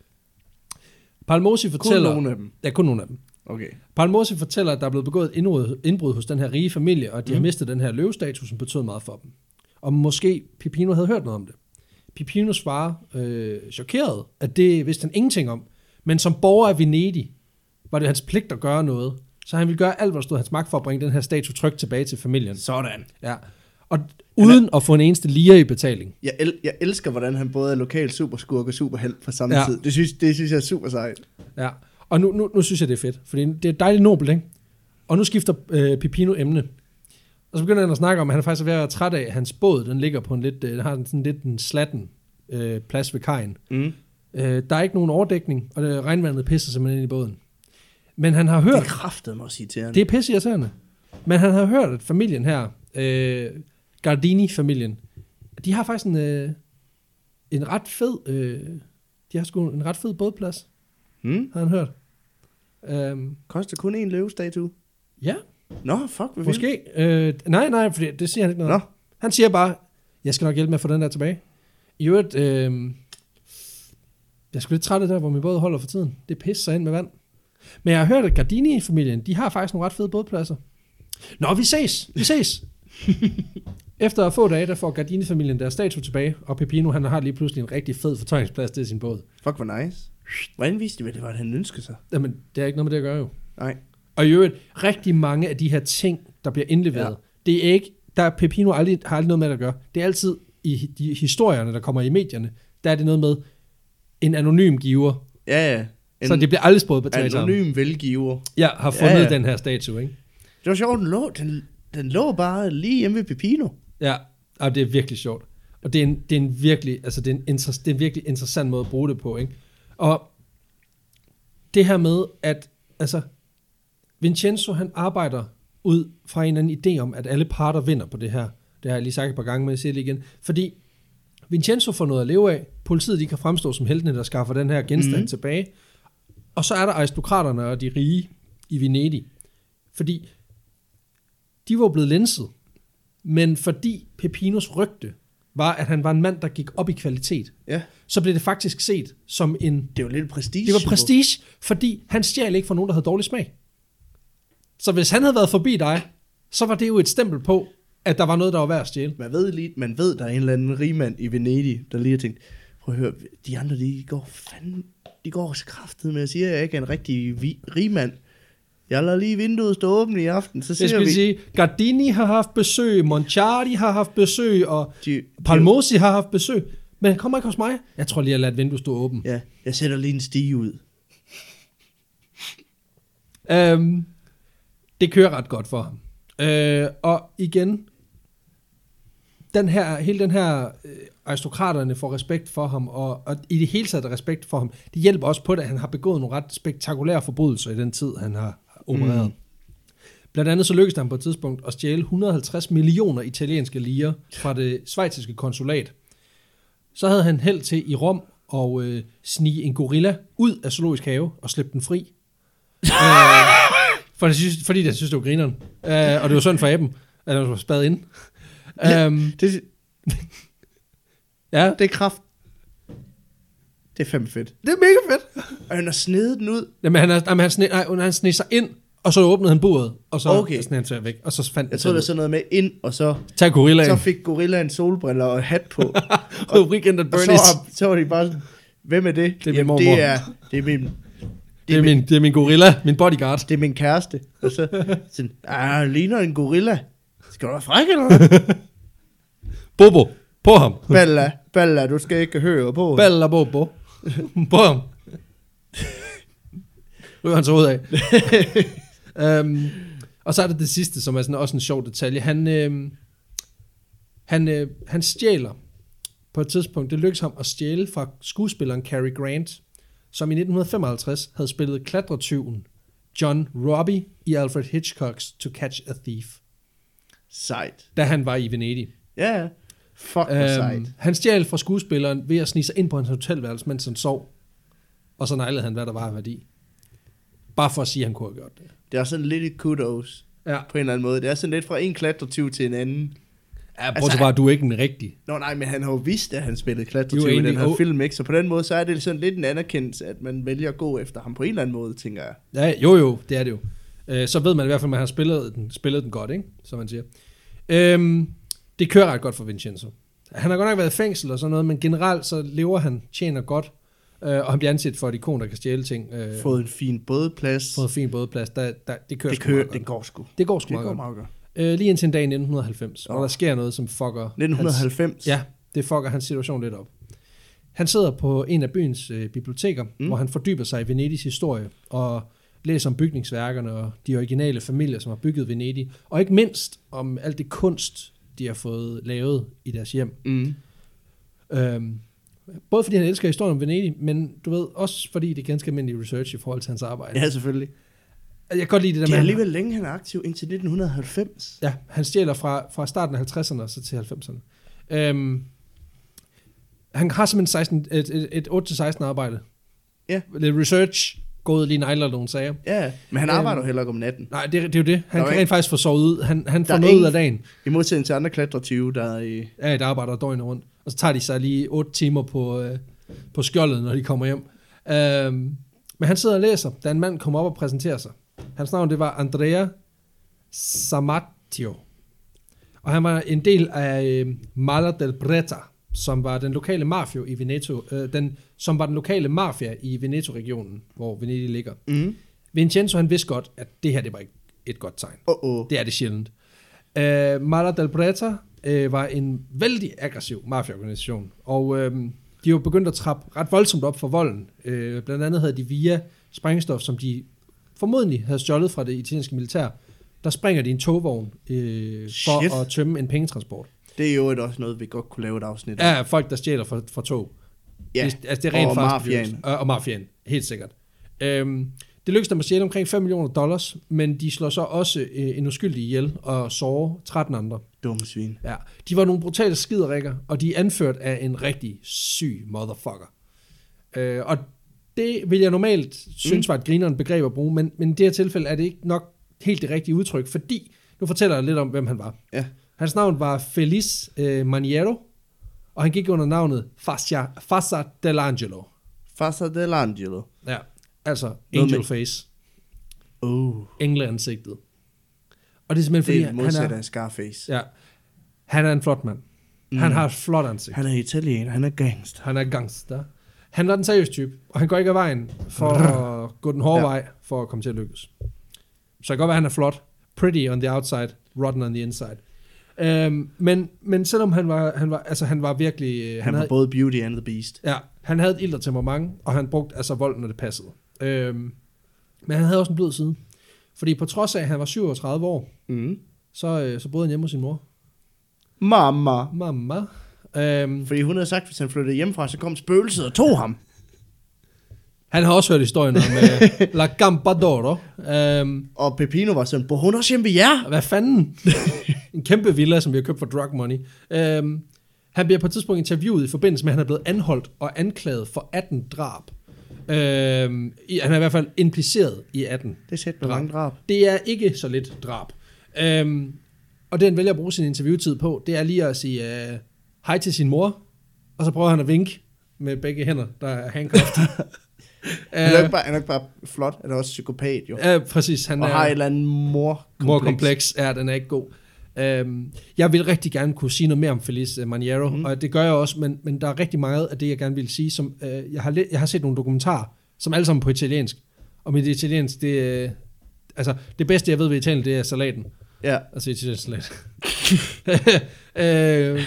Palmozzi fortæller... Kun nogle af dem? Ja, kun nogle af dem. Okay. Palmozzi fortæller, at der er blevet begået et indbrud, indbrud hos den her rige familie, og at de mm. har mistet den her løvestatus, som betød meget for dem. Og måske Peppino havde hørt noget om det. Peppino svarer øh, chokeret, at det vidste han ingenting om. Men som borger af Venedig, var det hans pligt at gøre noget. Så han ville gøre alt, hvad der stod hans magt for at bringe den her statue trygt tilbage til familien. Sådan. Ja. Og uden er, at få en eneste lire i betaling. Jeg, el, jeg elsker, hvordan han både er lokal superskurk og superhelt på samme ja. tid. Det synes, det synes jeg er super sejt. Ja, og nu, nu, nu synes jeg, det er fedt. Fordi det er dejligt nobelt, ikke? Og nu skifter øh, Peppino emne. Og så begynder han at snakke om, at han er faktisk ved at være træt af, at hans båd, den ligger på en lidt, den har sådan lidt en slatten øh, plads ved kajen. Mm. Øh, der er ikke nogen overdækning, og det, regnvandet pisser simpelthen ind i båden. Men han har hørt... Det er kraftedeme at sige til ham. Det er pisseirriterende. Men han har hørt, at familien her, øh, Gardini-familien, de har faktisk en, øh, en ret fed, øh, de har sgu en ret fed bådplads, hmm? har han hørt. Um, Koster kun en løvestatue? Ja. Nå, fuck, hvad måske. Øh, nej, nej, for det, det siger han ikke noget. Nå. Han siger bare, jeg skal nok hjælpe med at få den der tilbage. I øvrigt, øh, jeg er sgu lidt træt af der, hvor min båd holder for tiden. Det pisser ind med vand. Men jeg har hørt, at Gardini-familien, de har faktisk nogle ret fede bådpladser. Nå, vi ses, vi ses. Efter få dage, der får Gardini-familien deres statue tilbage, og Peppino, han har lige pludselig en rigtig fed fortøjningsplads til sin båd. Fuck, hvor nice. Hvordan vidste de, hvad det var, han ønskede sig? Jamen, det er ikke noget med det at gøre jo. Nej. Og i øvrigt, rigtig mange af de her ting, der bliver indleveret, ja. Det er ikke, der er Peppino aldrig, har aldrig noget med det at gøre. Det er altid i de historierne, der kommer i medierne, der er det noget med en anonym giver. Ja, ja. En så det bliver aldrig spået på tag. Anonym velgiver. Ja, har fundet ja, ja. den her statue, ikke? Det var sjovt, den lå, den, den lå bare lige hjemme ved Peppino. Ja, og det er virkelig sjovt. Og det er en, det er en virkelig, altså det er en, inter, det er en virkelig interessant måde at bruge det på, ikke? Og det her med, at altså, Vincenzo, han arbejder ud fra en eller anden idé om, at alle parter vinder på det her. Det har jeg lige sagt et par gange, men jeg siger det igen. Fordi Vincenzo får noget at leve af. Politiet, de kan fremstå som heltene, der skaffer den her genstand mm. tilbage. Og så er der aristokraterne og de rige i Venedig. Fordi de var blevet lænset. Men fordi Peppinos rygte var, at han var en mand, der gik op i kvalitet, ja. Så blev det faktisk set som en... Det var lidt prestige. Det var prestige, fordi han stjal ikke fra nogen, der havde dårlig smag. Så hvis han havde været forbi dig, så var det jo et stempel på, at der var noget, der var værd at stjæle. Man ved, lige, man ved der er en eller anden rigmand i Venedig, der lige har tænkt, prøv at høre, de andre, de går fandme, de går så kraftigt med at sige, at jeg ikke er en rigtig vi, rigmand. Jeg lader lige vinduet stå åbent i aften, så ser jeg vi... Jeg sige, Gardini har haft besøg, Monciardi har haft besøg, og de, Palmosi de... har haft besøg. Men han kommer ikke hos mig. Jeg tror lige, jeg lader vinduet stå åbent. Ja, jeg sætter lige en stige ud. Um, det kører ret godt for ham. Uh, og igen, den her, hele den her øh, aristokraterne får respekt for ham, og, og i det hele taget respekt for ham. Det hjælper også på det, at han har begået nogle ret spektakulære forbrydelser i den tid, han har opereret. Mm. Blandt andet så lykkedes det ham på et tidspunkt at stjæle et hundrede og halvtreds millioner italienske lire fra det schweiziske konsulat. Så havde han held til i Rom at øh, snige en gorilla ud af zoologisk have og slippe den fri. øh, for det synes, fordi det synes, det var grineren. Øh, og det var sådan for aben, at han var spadet ind. Ja, um, det, ja, det er kraft. Det er fandme fedt. Det er mega fedt. Og han har snedet den ud. Jamen, han, har, han, sne, nej, han sned sig ind, og så åbnede han buret, og så okay. sned han sig væk, og så fandt jeg troede, der var sådan noget med ind, og så... Tag gorillaen. Så fik gorillaen solbriller og hat på. og, Weekend at Bernie's. Og så, så var de bare sådan, hvem er det? Det er Jamen, min det er, det er min... Det er, det, er min, det er min gorilla, min bodyguard. Det er min kæreste. Og så sådan, ah, ligner en gorilla. Skal du være fræk eller noget? Bobo, på ham. Bella, Bella, du skal ikke høre på. Bella, Bobo. På ham. Ryger han så ud af. um, og så er det det sidste, som er sådan også en sjov detalje. Han, øh, han, øh, han stjæler på et tidspunkt, det lykkedes ham at stjæle fra skuespilleren Cary Grant, som i nitten femoghalvtreds havde spillet klatretyven John Robbie i Alfred Hitchcocks To Catch a Thief. Sejt. Da han var i Venedig. Ja, yeah. Fuck um, sejt. Han stjal fra skuespilleren ved at snige sig ind på hans hotelværelse, mens han sov. Og så nejlede han, hvad der var af værdi. Bare for at sige, at han kunne have gjort det. Det er sådan lidt i kudos. Ja. På en eller anden måde. Det er sådan lidt fra en klatretyv til en anden. Ja, prøv altså, bare, du er ikke en rigtig. Nå nej, men han har jo vidst, at han spillede klatretyv i den her oh. film, ikke? Så på den måde, så er det sådan lidt en anerkendelse, at man vælger at gå efter ham på en eller anden måde, tænker jeg. Ja, jo jo, det er det jo. Øh, så ved man i hvert fald, at man har spillet den, spillet den godt, ikke? Som man siger. Øhm, det kører ret godt for Vincenzo. Han har godt nok været i fængsel og sådan noget, men generelt så lever han, tjener godt, øh, og han bliver anset for et ikon, der kan stjæle ting. Øh, fået en fin bådplads. Fået en fin bådplads. Der, der, det kører det, kører, det går sgu. Det går sgu det meget, går meget godt. godt. Øh, lige indtil en dag i nitten halvfems, oh. hvor der sker noget, som fucker... nitten halvfems? Hans, ja, det fucker hans situation lidt op. Han sidder på en af byens øh, biblioteker, mm. hvor han fordyber sig i Venedigs historie, og læser om bygningsværkerne og de originale familier, som har bygget Venedig, og ikke mindst om alt det kunst, de har fået lavet i deres hjem. Mm. Øhm, både fordi han elsker historien om Venedig, men du ved, også fordi det er ganske almindelig research i forhold til hans arbejde. Ja, selvfølgelig. Jeg kan godt lide det der det med... Det er alligevel længe, han er aktiv, indtil nitten halvfems. Ja, han stjæler fra, fra starten af halvtredserne og så til halvfemserne. Øhm, han har simpelthen seksten, et, et, et otte til seksten arbejde. Ja. Lidt research, gået lige nejler nogle sager. Ja, men han arbejder jo heller ikke om natten. Nej, det, det er jo det. Han der kan rent faktisk få sovet ud. Han, han får der noget ud af dagen. I modsætning til andre klatretyve, der er i... Ja, der arbejder døgnet rundt. Og så tager de sig lige otte timer på, øh, på skjoldet, når de kommer hjem. Øhm, men han sidder og læser, da en mand kommer op og præsenterer sig. Hans navn, det var Andrea Samatio. Og han var en del af øh, Mala del Bretta, som var den lokale mafia i Veneto, øh, den, som var den lokale mafia i Veneto-regionen, hvor Venedig ligger. Mm. Vincenzo, han vidste godt, at det her, det var ikke et godt tegn. Uh-oh. Det er det sjældent. Øh, Mala del Bretta øh, var en vældig aggressiv mafia-organisation, og øh, de var begyndt at trappe ret voldsomt op for volden. Øh, blandt andet havde de via sprængstof, som de formodentlig havde stjålet fra det italienske militær, der springer de en togvogn øh, for Shit. at tømme en pengetransport. Det er jo også noget, vi godt kunne lave et afsnit af. Ja, folk, der stjæler fra, fra tog. Ja, det, altså, det er rent og mafiaen. Og, og mafiaen, helt sikkert. Øhm, det lykkedes dem at stjæle omkring fem millioner dollars, men de slår så også øh, en uskyldig ihjel og sårer tretten andre. Dumme svin. Ja, de var nogle brutale skiderikker, og de er anført af en rigtig syg motherfucker. Øh, og det vil jeg normalt synes var et grinerende begreb at bruge, men, men i det her tilfælde er det ikke nok helt det rigtige udtryk, fordi, nu fortæller jeg lidt om, hvem han var. Ja. Hans navn var Feliz øh, Maniero, og han gik under navnet Fascia, Fassa dell'Angelo. Fassa dell'Angelo. Ja, altså Angel med... Face. Oh. Engleansigtet. Og det er simpelthen det er fordi, han er... af Scarface. Ja, han er en flot mand. Mm. Han har et flot ansigt. Han er italiener, han er gangster. Han er gangster. Han er den seriøse type, og han går ikke af vejen for at gå den hårde ja. vej, for at komme til at lykkes. Så det kan godt være, han er flot. Pretty on the outside, rotten on the inside. Øhm, men, men selvom han var, han var, altså han var virkelig... Øh, han, han var havde, både Beauty and the Beast. Ja, han havde et ilter temperament, og han brugte altså vold, når det passede. Øhm, men han havde også en blød side. Fordi på trods af, at han var syvogtredive år, mm. så, øh, så boede han hjemme hos sin mor. Mamma. Mamma. Øhm, Fordi hun havde sagt, at hvis han flyttede hjemmefra, så kom spøgelset og tog ham. Han har også hørt historien om uh, La Campadoro. Um, og Peppino var sådan, bor hun også hjemme ved jer? Hvad fanden? En kæmpe villa, som vi har købt for drug money. Um, han bliver på et tidspunkt interviewet i forbindelse med, at han er blevet anholdt og anklaget for atten drab. Um, i, han er i hvert fald impliceret i atten. Det er sæt med mange drab. Det er ikke så lidt drab. Um, og det han vælger at bruge sin interviewtid på, det er lige at sige uh, hej til sin mor, og så prøver han at vinke med begge hænder, der er handcuffed. Han er, ikke bare, han er ikke bare flot, han er også psykopat, jo. Ja, præcis. Han og er, har et eller andet mor-kompleks. Mor-kompleks, ja, den er ikke god. Um, jeg vil rigtig gerne kunne sige noget mere om Feliz Maniero, mm. og det gør jeg også, men, men der er rigtig meget af det, jeg gerne vil sige, som uh, jeg, har let, jeg har set nogle dokumentarer, som alle sammen på italiensk, og med det italiensk, det uh, altså, det bedste, jeg ved ved Italien, det er salaten. Ja. Altså italiensk salat. uh,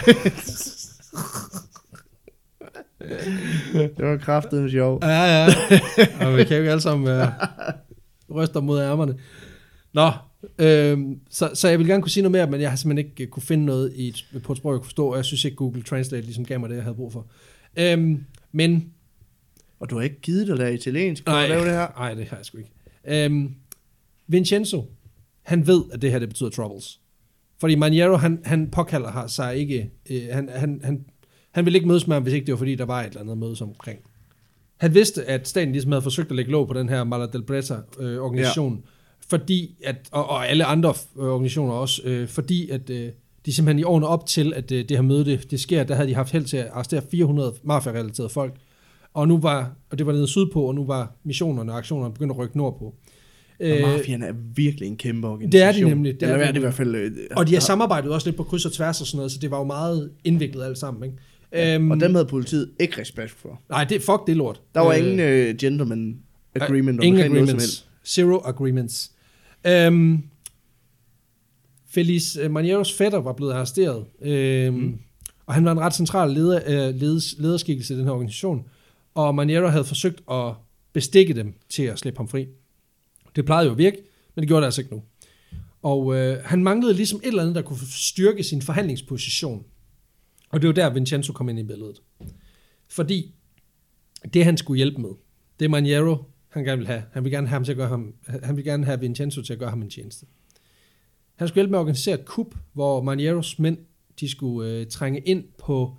Det var kraftedeme sjov. Ja, ja. Og vi kan jo ikke alle sammen uh, ryste mod ærmerne. Nå, øhm, så, så jeg vil gerne kunne sige noget mere, men jeg har simpelthen ikke kunne finde noget i et, på et sprog, jeg kunne forstå, og jeg synes ikke, Google Translate ligesom gav mig det, jeg havde brug for. Øhm, men... Og du har ikke givet dig lære italiensk for at lave det her? Nej, det har jeg sgu ikke. Øhm, Vincenzo, han ved, at det her, det betyder troubles. Fordi Maniero, han, han påkalder sig ikke... Øh, han, han, han Han ville ikke mødes med ham, hvis ikke det var, fordi der var et eller andet mødes omkring. Han vidste, at staten ligesom havde forsøgt at lægge låg på den her Mala del Bresa-organisation, øh, ja. fordi at, og, og alle andre øh, organisationer også, øh, fordi at øh, de simpelthen i årene op til, at øh, det her møde, det, det sker, der havde de haft held til at arrestere fire hundrede mafia-relaterede folk, og nu var, og det var nede sydpå, og nu var missionerne og aktionerne begyndt at rykke nordpå. Og mafiaen er virkelig en kæmpe organisation. Det er de nemlig. Det Eller er er det i hvert fald... Øh, og de har samarbejdet også lidt på kryds og tværs og sådan noget, så det var jo meget indviklet alt sammen, ikke? Ja, um, og dem havde politiet ikke respekt for. Nej, det, fuck det lort. Der var uh, ingen uh, gentleman agreement uh, ingen agreements. Zero agreements. Um, Feliz Manieros fætter var blevet arresteret, um, mm. og han var en ret central leder, uh, leders, lederskikkelse i den her organisation, og Maniero havde forsøgt at bestikke dem til at slippe ham fri. Det plejede jo at virke, men det gjorde det altså ikke nu. Og uh, han manglede ligesom et eller andet, der kunne styrke sin forhandlingsposition. Og det var der, Vincenzo kom ind i billedet. Fordi det, han skulle hjælpe med, det er Maniero, han gerne vil have. Han vil gerne have ham til at gøre ham, han vil gerne have Vincenzo til at gøre ham en tjeneste. Han skulle hjælpe med at organisere et kup, hvor Manieros mænd, de skulle øh, trænge ind på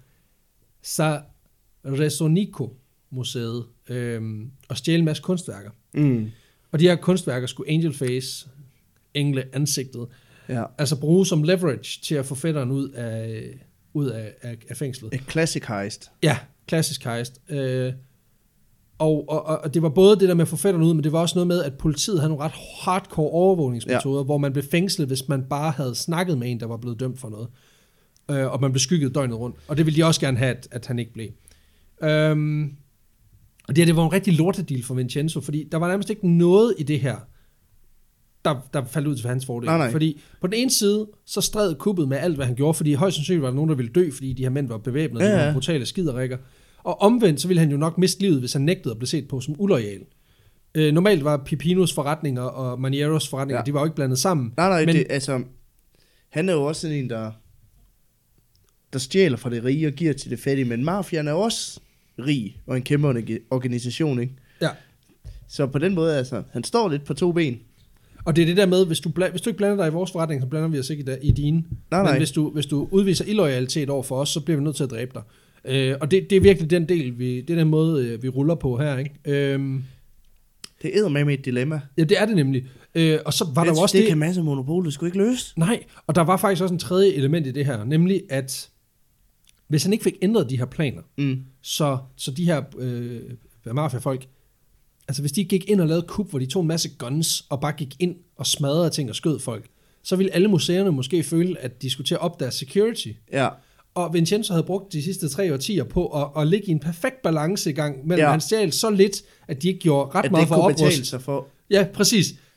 Sarresonico-museet øh, og stjæle en masse kunstværker. Mm. Og de her kunstværker skulle Angel Face, engle ansigtet, ja. altså bruge som leverage til at få fætteren ud af... ud af, af, af fængslet. Et classic heist. Ja, klassisk heist. Øh, og, og, og det var både det der med at få fætterne ud, men det var også noget med, at politiet havde nogle ret hardcore overvågningsmetoder, ja. hvor man blev fængslet, hvis man bare havde snakket med en, der var blevet dømt for noget. Øh, og man blev skygget døgnet rundt. Og det ville de også gerne have, at, at han ikke blev. Øhm, og det, det var en rigtig lortedeal for Vincenzo, fordi der var nærmest ikke noget i det her, Der, der faldt ud til hans fordel. Nej, nej. Fordi på den ene side, så stred kuppet med alt, hvad han gjorde, fordi højst sandsynligt var der nogen, der ville dø, fordi de her mænd var bevæbnet, ja, ja. De var brutale skiderikker. Og omvendt, så ville han jo nok miste livet, hvis han nægtede at blive set på som uloyal. Øh, normalt var Peppinos forretninger og Manieros forretninger, ja. de var jo ikke blandet sammen. Nej, nej, men, det, altså, han er jo også sådan en, der, der stjæler fra det rige og giver til det fattige, men mafiaen er også rig og en kæmpe organisation, ikke? Ja. Så på den måde, altså, han står lidt på to ben. Og det er det der med, hvis du, bla- hvis du ikke blander dig i vores forretning, så blander vi os ikke i, der, i dine. Nej, nej. Men hvis du, hvis du udviser illoyalitet over for os, så bliver vi nødt til at dræbe dig. Øh, og det, det er virkelig den del, vi, det er den måde, vi ruller på her, ikke? Øhm, det er med med et dilemma. Ja, det er det nemlig. Øh, og så var det der også det... det kan masse monopol, det skulle ikke løse. Nej, og der var faktisk også en tredje element i det her, nemlig at hvis han ikke fik ændret de her planer, mm. så, så de her øh, mafia-folk, altså hvis de gik ind og lavede kup, hvor de tog en masse guns, og bare gik ind og smadrede ting og skød folk, så ville alle museerne måske føle, at de skulle til at op deres security. Ja. Og Vincenzo havde brugt de sidste tre årtier på at, at ligge i en perfekt balance i gang, mellem ja. han stjal så lidt, at de ikke gjorde ret at meget for at oprust. Sig for. Ja, præcis.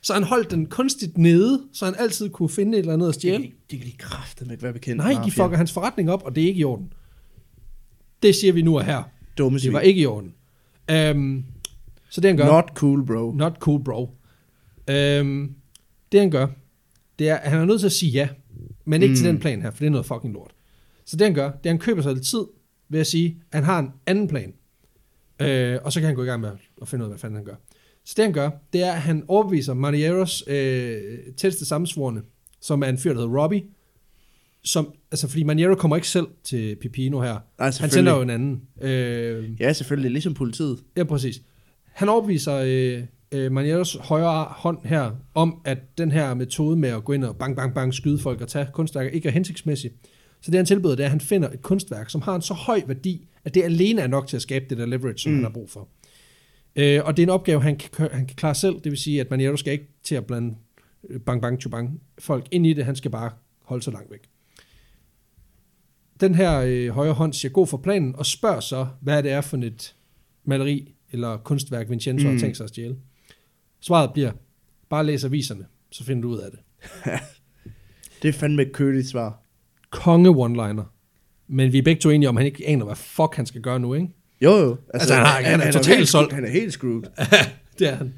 Så han holdt den kunstigt nede, så han altid kunne finde et eller andet at stjæle. Det, det kan de kræftet med ikke være bekendt. Nej, de fucker hans forretning op, og det er ikke i orden. Det siger vi nu og her. Dumme svin. Det var ikke i orden. Um, så det han gør... Not cool, bro. Not cool, bro. Um, det han gør, det er, at han er nødt til at sige ja, men ikke mm. til den plan her, for det er noget fucking lort. Så det han gør, det er, at han køber sig lidt tid ved at sige, at han har en anden plan. Uh, og så kan han gå i gang med at finde ud af, hvad fanden han gør. Så det han gør, det er, at han overbeviser Manieros øh, tætteste sammensvorne, som er en fyr, der hedder Robbie, som, altså fordi Maniero kommer ikke selv til Peppino her. Nej, han sender jo en anden. Øh, ja, selvfølgelig, ligesom politiet. Ja, præcis. Han overbeviser øh, øh, Manieros højre hånd her, om at den her metode med at gå ind og bang, bang, bang, skyde folk og tage kunstværker, ikke er hensigtsmæssig. Så det han tilbyder, det er, at han finder et kunstværk, som har en så høj værdi, at det alene er nok til at skabe det der leverage, som mm. han har brug for. Øh, og det er en opgave, han kan, han kan klare selv. Det vil sige, at Maniero skal ikke til at blande bang, bang, chubang folk ind i det. Han skal bare holde sig langt væk. Den her øh, højre hånd siger god for planen, og spørger så, hvad det er for et maleri eller kunstværk, Vincenzo mm. har tænkt sig at stjæle. Svaret bliver, bare læs aviserne, så finder du ud af det. Det er fandme et køligt svar. Konge one-liner. Men vi er begge to enige om, han ikke aner, hvad fuck han skal gøre nu, ikke? Jo, jo. Altså, altså han, han, han er, er totalt solgt. Han er helt screwed. Det er han.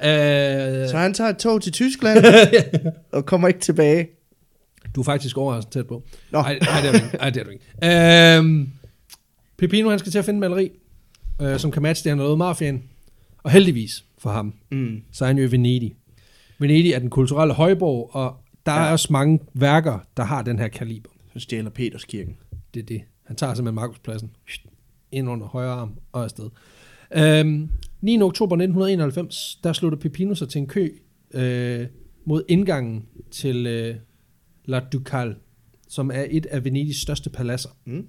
Uh, så han tager et tog til Tyskland, og kommer ikke tilbage. Du er faktisk overraskende tæt på. Nej, nej, det er du ikke. Ej, det er du ikke. Uh, Peppino, han skal til at finde maleri, uh, som kan matche det, han har lavet mafiaen. Og heldigvis for ham, mm. så er han jo i Venedig. Venedig er den kulturelle højborg, og der ja. er også mange værker, der har den her kaliber. Så stjæler Peterskirken. Det er det. Han tager simpelthen Markuspladsen ind under højre arm og afsted. Øhm, niende oktober nitten enoghalvfems, der slutter Peppino sig til en kø øh, mod indgangen til øh, La Ducale, som er et af Venedigs største paladser. Mm.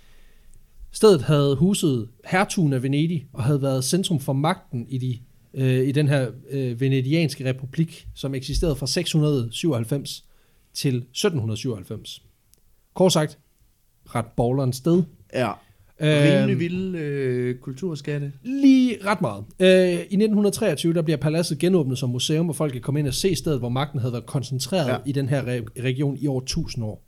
Stedet havde huset hertugen af Venedig og havde været centrum for magten i, de, øh, i den her øh, venedianske republik, som eksisterede fra seks hundrede syvoghalvfems til sytten syvoghalvfems. Kort sagt, ret bowlerens sted. Ja. Rimelig vilde øh, kulturskatte. Lige ret meget. Øh, I nitten treogtyve, der bliver paladset genåbnet som museum, hvor folk kan komme ind og se stedet, hvor magten havde været koncentreret ja. i den her re- region i over tusind år.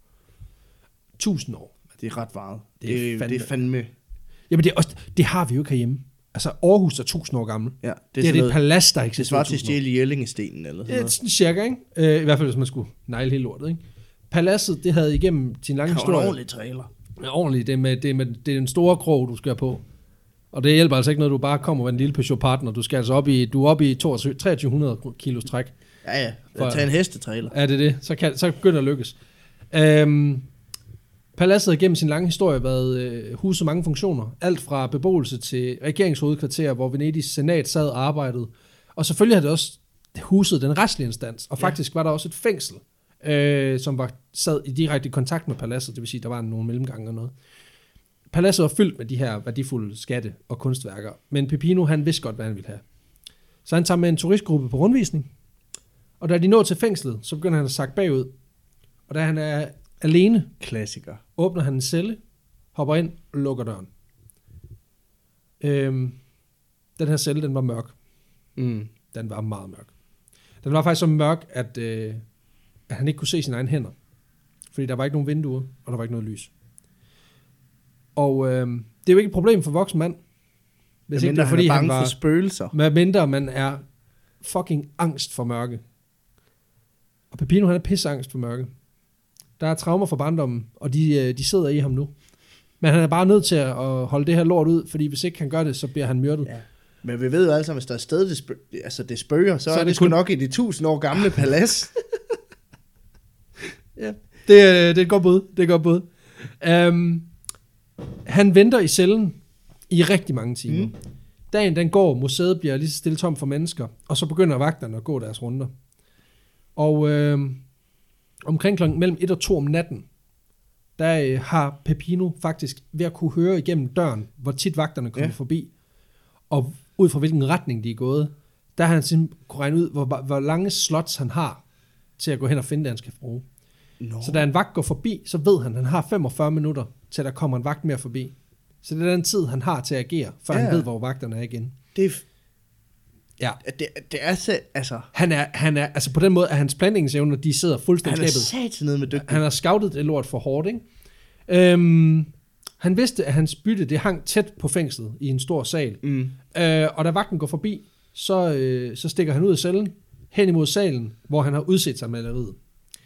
Tusind år. Det er ret meget. Det, det, er, fandme. det er fandme... Jamen, det, er også, det har vi jo ikke herhjemme. Altså, Aarhus er tusind år gammel. Ja, det er, det er det et palads, der ikke det svarer til at stjæle i Jellingestenen eller sådan noget. Sådan cirka, ikke? Øh, I hvert fald, hvis man skulle negle hele lortet, ikke? Paladset, det havde igennem sin lange historie... Det var ordentligt trailer. Ja, ordentligt. Det er, med, det, er med, det er den store krog, du skal på. Og det hjælper altså ikke, når du bare kommer med en lille Peugeot Partner. Du skal altså op i, du er oppe i treogtyve hundrede kilos træk. Ja, ja. For, tag en hestetrailer. Ja, det er det. Så, kan, så begynder det at lykkes. Øhm, paladset har gennem sin lange historie været øh, huset mange funktioner. Alt fra beboelse til regeringshovedkvarter, hvor Venedigs senat sad og arbejdede. Og selvfølgelig har det også huset den retslige instans. Og faktisk ja. var der også et fængsel, øh, som var sad i direkte kontakt med paladset. Det vil sige, der var nogle mellemgange og noget. Paladset var fyldt med de her værdifulde skatte og kunstværker. Men Peppino, han vidste godt, hvad han ville have. Så han tager med en turistgruppe på rundvisning. Og da de når til fængslet, så begynder han at sakke bagud. Og da han er alene, klassiker, åbner han en celle, hopper ind og lukker døren. Øhm, den her celle, den var mørk. Mm. Den var meget mørk. Den var faktisk så mørk, at, øh, at han ikke kunne se sine egne hænder. Fordi der var ikke nogen vinduer, og der var ikke noget lys. Og øh, det er jo ikke et problem for voksen mand. Hvis ikke det er, fordi han er bange han var, for spøgelser. Med mindre man er fucking angst for mørke. Og Peppino, han er pisseangst for mørke. Der er traumer fra barndommen, og de, de sidder i ham nu. Men han er bare nødt til at holde det her lort ud, fordi hvis ikke han gør det, så bliver han myrdet. Ja. Men vi ved jo alle sammen, hvis der er sted, det, spø- altså det spøger, så, så er det, det sgu kun... nok i de tusind år gamle palads. Ja, det, det er et godt bud. Det er et godt bud. Um, han venter i cellen i rigtig mange timer. Mm. Dagen den går, museet bliver lige så stille tom for mennesker, og så begynder vagterne at gå deres runder. Og øh, omkring klokken mellem et og to om natten, der øh, har Peppino faktisk ved at kunne høre igennem døren, hvor tit vagterne kommer ja. forbi, og ud fra hvilken retning de er gået, der har han simpelthen kunne regne ud, hvor, hvor lange slots han har til at gå hen og finde det, han skal bruge. No. Så da en vagt går forbi, så ved han, at han har femogfyrre minutter, til der kommer en vagt mere forbi. Så det er den tid, han har til at agere, før ja. han ved, hvor vagterne er igen. Det er, f- Ja. Det, det er så, altså... Han er, han er, altså på den måde, at hans planlægningsevner, de sidder fuldstændig skabet. Han er sat ned med dygtig. Han har scoutet det lort for hårdt, ikke? Øhm, han vidste, at hans bytte, det hang tæt på fængslet i en stor sal. Mm. Øh, og da vagten går forbi, så, øh, så stikker han ud af cellen, hen imod salen, hvor han har udset sig maleriet.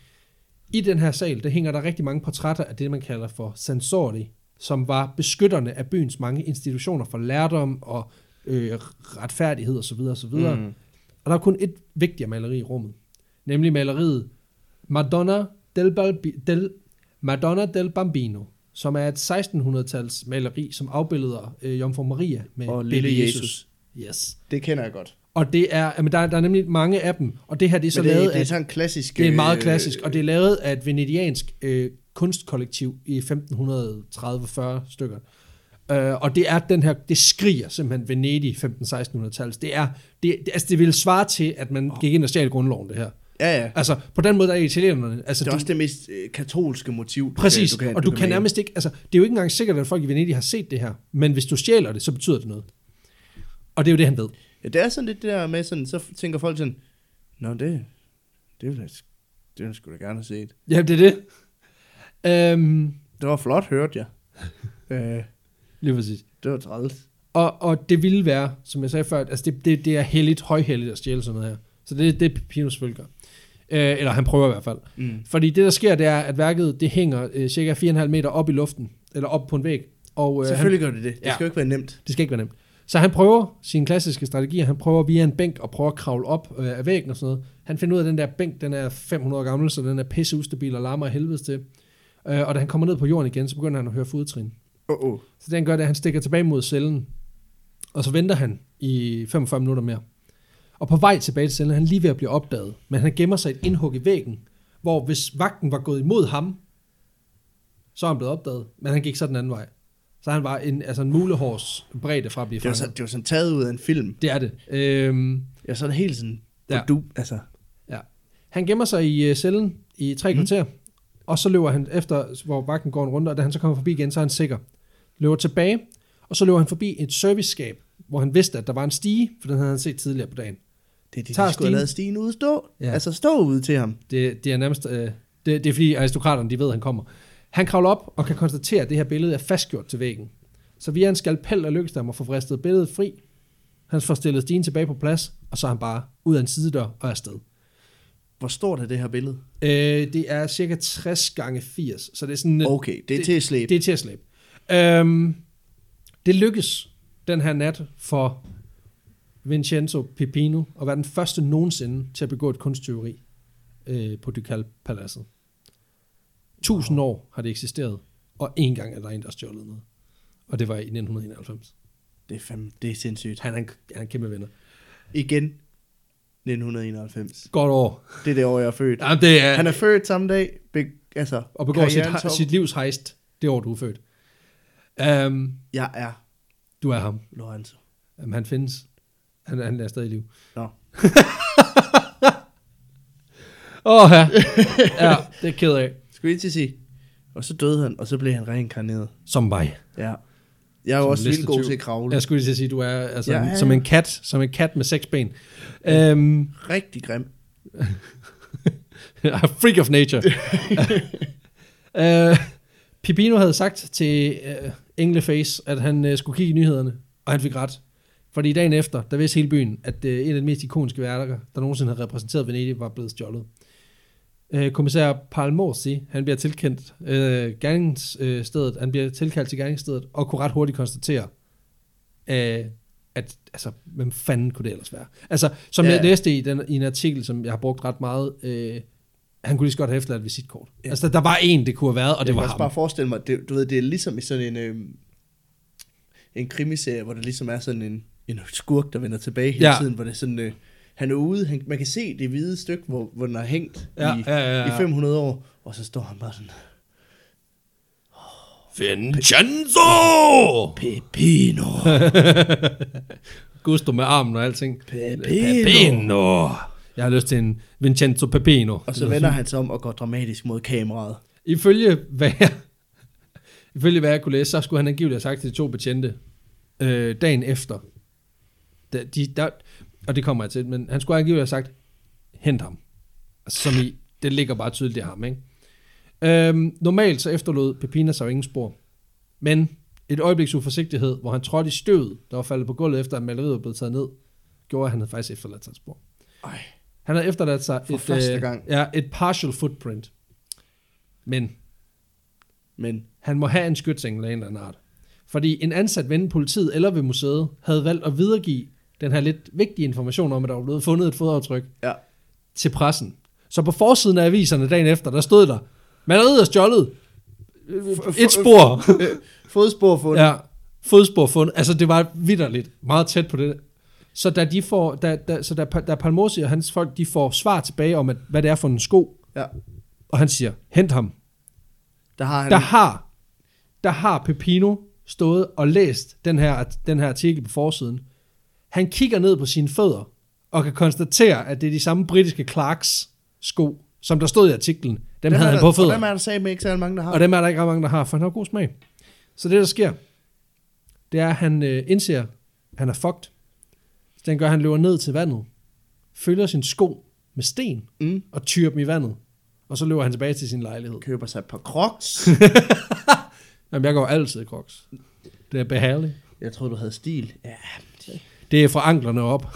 I den her sal, der hænger der rigtig mange portrætter af det, man kalder for censori, som var beskytterne af byens mange institutioner for lærdom og øh, retfærdighed osv. osv. Mm. Og der er kun et vigtigere maleri i rummet, nemlig maleriet Madonna del, Balbi- del, Madonna del Bambino, som er et sekstenhundrede-tals maleri, som afbilleder øh, Jomfru Maria med og lille Jesus. Jesus. Yes. Det kender jeg godt. Og det er, jamen der, der er nemlig mange af dem, og det her det er så det, lavet det er sådan klassisk. Det er meget klassisk, og det er lavet af et venediansk øh, kunstkollektiv i femten tredive til fyrre stykker. Uh, og det er den her, det skriger simpelthen Venedig femten seksten hundrede-tals. Det er, det, det, altså det vil svare til, at man gik ind og stjal grundloven, det her. Ja, ja. Altså, på den måde, der er italienerne... Altså, det er de, også det mest øh, katolske motiv. Præcis, du kan, og du du kan kan nærmest ikke... Altså, det er jo ikke engang sikkert, at folk i Venedig har set det her, men hvis du stjæler det, så betyder det noget. Og det er jo det, han ved. Ja, det er sådan lidt det der med sådan, så tænker folk sådan, nå, det, det vil jeg, det vil jeg sgu da gerne have set. Ja, det er det. Um, det var flot, hørte jeg. øh, lige præcis. Det var træls. Og, og det ville være, som jeg sagde før, altså det, det, det er helligt, højhelligt at stjæle sådan noget her. Så det, det er Pepino selvfølgelig gør. Øh, eller han prøver i hvert fald. Mm. Fordi det, der sker, det er, at værket, det hænger øh, cirka fire komma fem meter op i luften, eller op på en væg. Og, øh, selvfølgelig han, gør det det. Det ja, skal jo ikke være nemt. Det skal ikke være nemt. Så han prøver sine klassiske strategier. Han prøver via en bænk at prøve at kravle op øh, af væggen og sådan noget. Han finder ud af, at den der bænk, den er fem hundrede år gammel, så den er pisse ustabil og larmer af helvedes til. Øh, og da han kommer ned på jorden igen, så begynder han at høre fodtrin. Uh-uh. Så det han gør, det er, at han stikker tilbage mod cellen, og så venter han i femogfyrre minutter mere. Og på vej tilbage til cellen, han er lige ved at blive opdaget, men han gemmer sig et indhug i væggen, hvor hvis vagten var gået imod ham, så er han blevet opdaget, men han gik så den anden vej. Så han var en, altså en mulehårs bredde fra at blive fanget. Det var, så, det var sådan taget ud af en film. Det er det. Øhm, ja, så er det helt sådan, ja. du, altså. Ja. Han gemmer sig i uh, cellen i tre mm. kvarter, og så løber han efter, hvor vagten går en runde, og da han så kommer forbi igen, så er han sikker. Løber tilbage, og så løber han forbi et serviceskab, hvor han vidste, at der var en stige, for den havde han set tidligere på dagen. Det er det, de skulle have lavet stigen ude stå. Ja. Altså stå ude til ham. Det, det er nærmest, øh, det, det er fordi aristokraterne, de ved, at han kommer. Han kravler op og kan konstatere, at det her billede er fastgjort til væggen. Så via en skalpel og lykkes der at få fristet billedet fri. Han får stillet stigen tilbage på plads, og så er han bare ud af en sidedør og afsted. Hvor stort er det her billede? Øh, det er cirka tres gange firs, så det er sådan... Okay, det er det, til at slæbe. Det er til at slæbe. Øhm, det lykkes den her nat for Vincenzo Pepino at være den første nogensinde til at begå et kunsttyveri øh, på Ducal-paladset. Tusind wow. år har det eksisteret, og en gang er der en, der har stjålet noget. Og det var i nitten enoghalvfems. Det er fandme, det er sindssygt. Han er en, han er en kæmpe vinder. Igen, nitten enoghalvfems. Godt år. Det er det år, jeg er født. Jamen, det er... Han er født samme dag, be, altså... Og begår sit, sit livs hejst, det år, du er født. Um, jeg er... Du er ham. Lorenzo. Jamen, han findes. Han, han er stadig i liv. Nå. Åh, oh, ja. Ja, det er ked af. Skulle jeg til at sige. Og så døde han, og så blev han reinkarneret. Som mig. Ja. Jeg er jo også vildt god til at kravle. Jeg skulle lige til at sige, du er altså ja, en, ja. som en kat, som en kat med seks ben. Ja. Um, Rigtig grim. Freak of nature. uh, Pepino havde sagt til uh, Engleface, at han uh, skulle kigge i nyhederne, og han fik ret. Fordi dagen efter, der vidste hele byen, at uh, en af de mest ikoniske værker, der nogensinde havde repræsenteret Venedig, var blevet stjålet. Uh, kommissær Palmorsi, han bliver tilkendt uh, gerningsstedet, han bliver tilkaldt til gerningsstedet, og kunne ret hurtigt konstatere, uh, at, altså, hvem fanden kunne det ellers være? Altså, som ja. jeg læste i, den, i en artikel, som jeg har brugt ret meget, uh, han kunne lige så godt have efterladt et visitkort. Ja. Altså, der, der var en, det kunne have været, og det jeg var ham. Jeg kan ham. bare forestille mig, det, du ved, det er ligesom i sådan en, øh, en krimiserie, hvor der ligesom er sådan en, en skurk, der vender tilbage hele ja. tiden, hvor det er sådan... Øh, han er ude, han, man kan se det hvide stykke, hvor, hvor den har hængt ja, i, ja, ja, ja. i fem hundrede år, og så står han bare sådan... Vincenzo! Pepino! Gusto med armen og alting. Pepino! Pepino! Jeg har lyst til en Vincenzo Pepino. Og så vender han sig om og går dramatisk mod kameraet. Ifølge hvad jeg, ifølge hvad jeg kunne læse, så skulle han angiveligt have sagt til de to betjente øh, dagen efter. De, de, der, og det kommer jeg til, men han skulle angiveligt have sagt, hent ham. Altså, som i, det ligger bare tydeligt i ham, ikke? Øhm, normalt så efterlod Peppino sig jo ingen spor. Men et øjebliks uforsigtighed, hvor han trådte i støvet, der var faldet på gulvet efter, at maleriet var blevet taget ned, gjorde, at han havde faktisk efterladt sig et spor. Ej. Han havde efterladt sig For et, første øh, gang. ja, et partial footprint. Men Men han må have en skytsengel af en eller anden art. Fordi en ansat ved politiet eller ved museet havde valgt at videregive den her lidt vigtige information om, at der var blevet fundet et fodaftryk ja. til pressen. Så på forsiden af aviserne dagen efter, der stod der, maleriet er stjålet. Et spor. Fodspor fundet. Ja, fodspor fundet. Altså det var vitterligt meget tæt på det. Så da de får, da, da, så da, da Palmosi og hans folk, de får svar tilbage om, at, hvad det er for en sko, Ja. og han siger, hent ham. Der har han... Der har, der har Peppino stået og læst den her, den her artikel på forsiden. Han kigger ned på sine fødder, og kan konstatere, at det er de samme britiske Clarks sko, som der stod i artiklen. Dem, dem havde han på fødder. Og dem er der sagt med ikke særlig mange, der har. Og dem er der ikke ret mange, der har, for han har god smag. Så det, der sker, det er, at han øh, indser, at han er fucked. Så den gør, at han løber ned til vandet, følger sin sko med sten, mm. og tyrer dem i vandet. Og så løber han tilbage til sin lejlighed. Køber sig et par Crocs. Jamen, jeg går altid i Crocs. Det er behageligt. Jeg tror du havde stil. Ja. Det er fra anklerne op.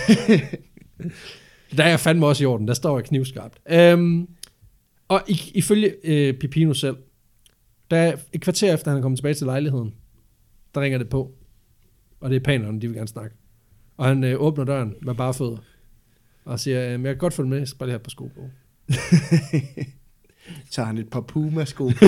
Der er jeg fandme også i orden. Der står jeg knivskarpt. Øhm, og i, ifølge øh, Peppino selv, der et kvarter efter, han er kommet tilbage til lejligheden, der ringer det på. Og det er panerne, de vil gerne snakke. Og han øh, åbner døren med bare fødder. Og siger, øh, jeg kan godt følge med, jeg skal bare lige have et par sko på. Så han et par Puma-sko. Åh,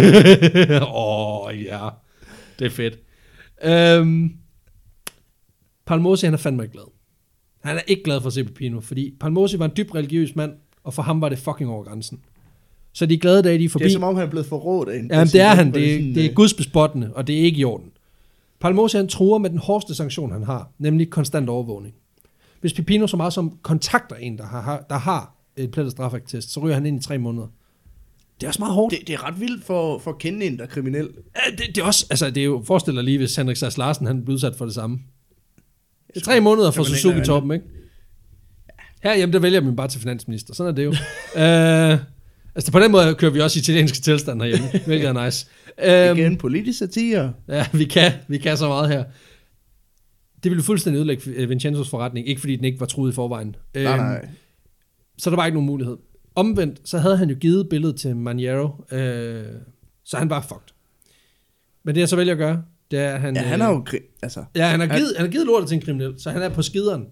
oh, ja. Det er fedt. Øhm, Palmosi, han er fandme ikke glad. Han er ikke glad for at se Peppino, fordi Palmosi var en dybt religiøs mand, og for ham var det fucking over grænsen. Så de glade dage, de er forbi. Det er som om, han er blevet forrådt af en. Jamen, det er han. Det, det, det er gudsbespottende, og det er ikke i orden. Palmosi, han truer med den hårdeste sanktion, han har, nemlig konstant overvågning. Hvis Peppino så meget som kontakter en, der har, der har et plettet straffeattest, så ryger han ind i tre måneder. Det er også meget hårdt. Det, det er ret vildt for, for at kende en, der er kriminel. Ja, det, det er også, altså det er jo, forestil dig lige, hvis Henrik Sass Larsen, han blev udsat for det samme. Det tre måneder for Suzuki-toppen, ikke? Her jamen, der vælger man bare til finansminister. Sådan er det jo. uh, altså på den måde kører vi også italienske tilstand herhjemme, hvilket er nice. Um, Igen, politisk satire. Ja, vi kan, vi kan så meget her. Det ville fuldstændig ødelægge Vincenzos forretning, ikke fordi den ikke var truet i forvejen. Nej, nej. Så der var ikke nogen mulighed. Omvendt, så havde han jo givet billedet til Maniero, øh, så han var fucked. Men det jeg så vælger at gøre, det er, at han... Ja, han har jo... Altså, ja, han har, givet, han har givet lortet til en kriminel, så han er på skideren.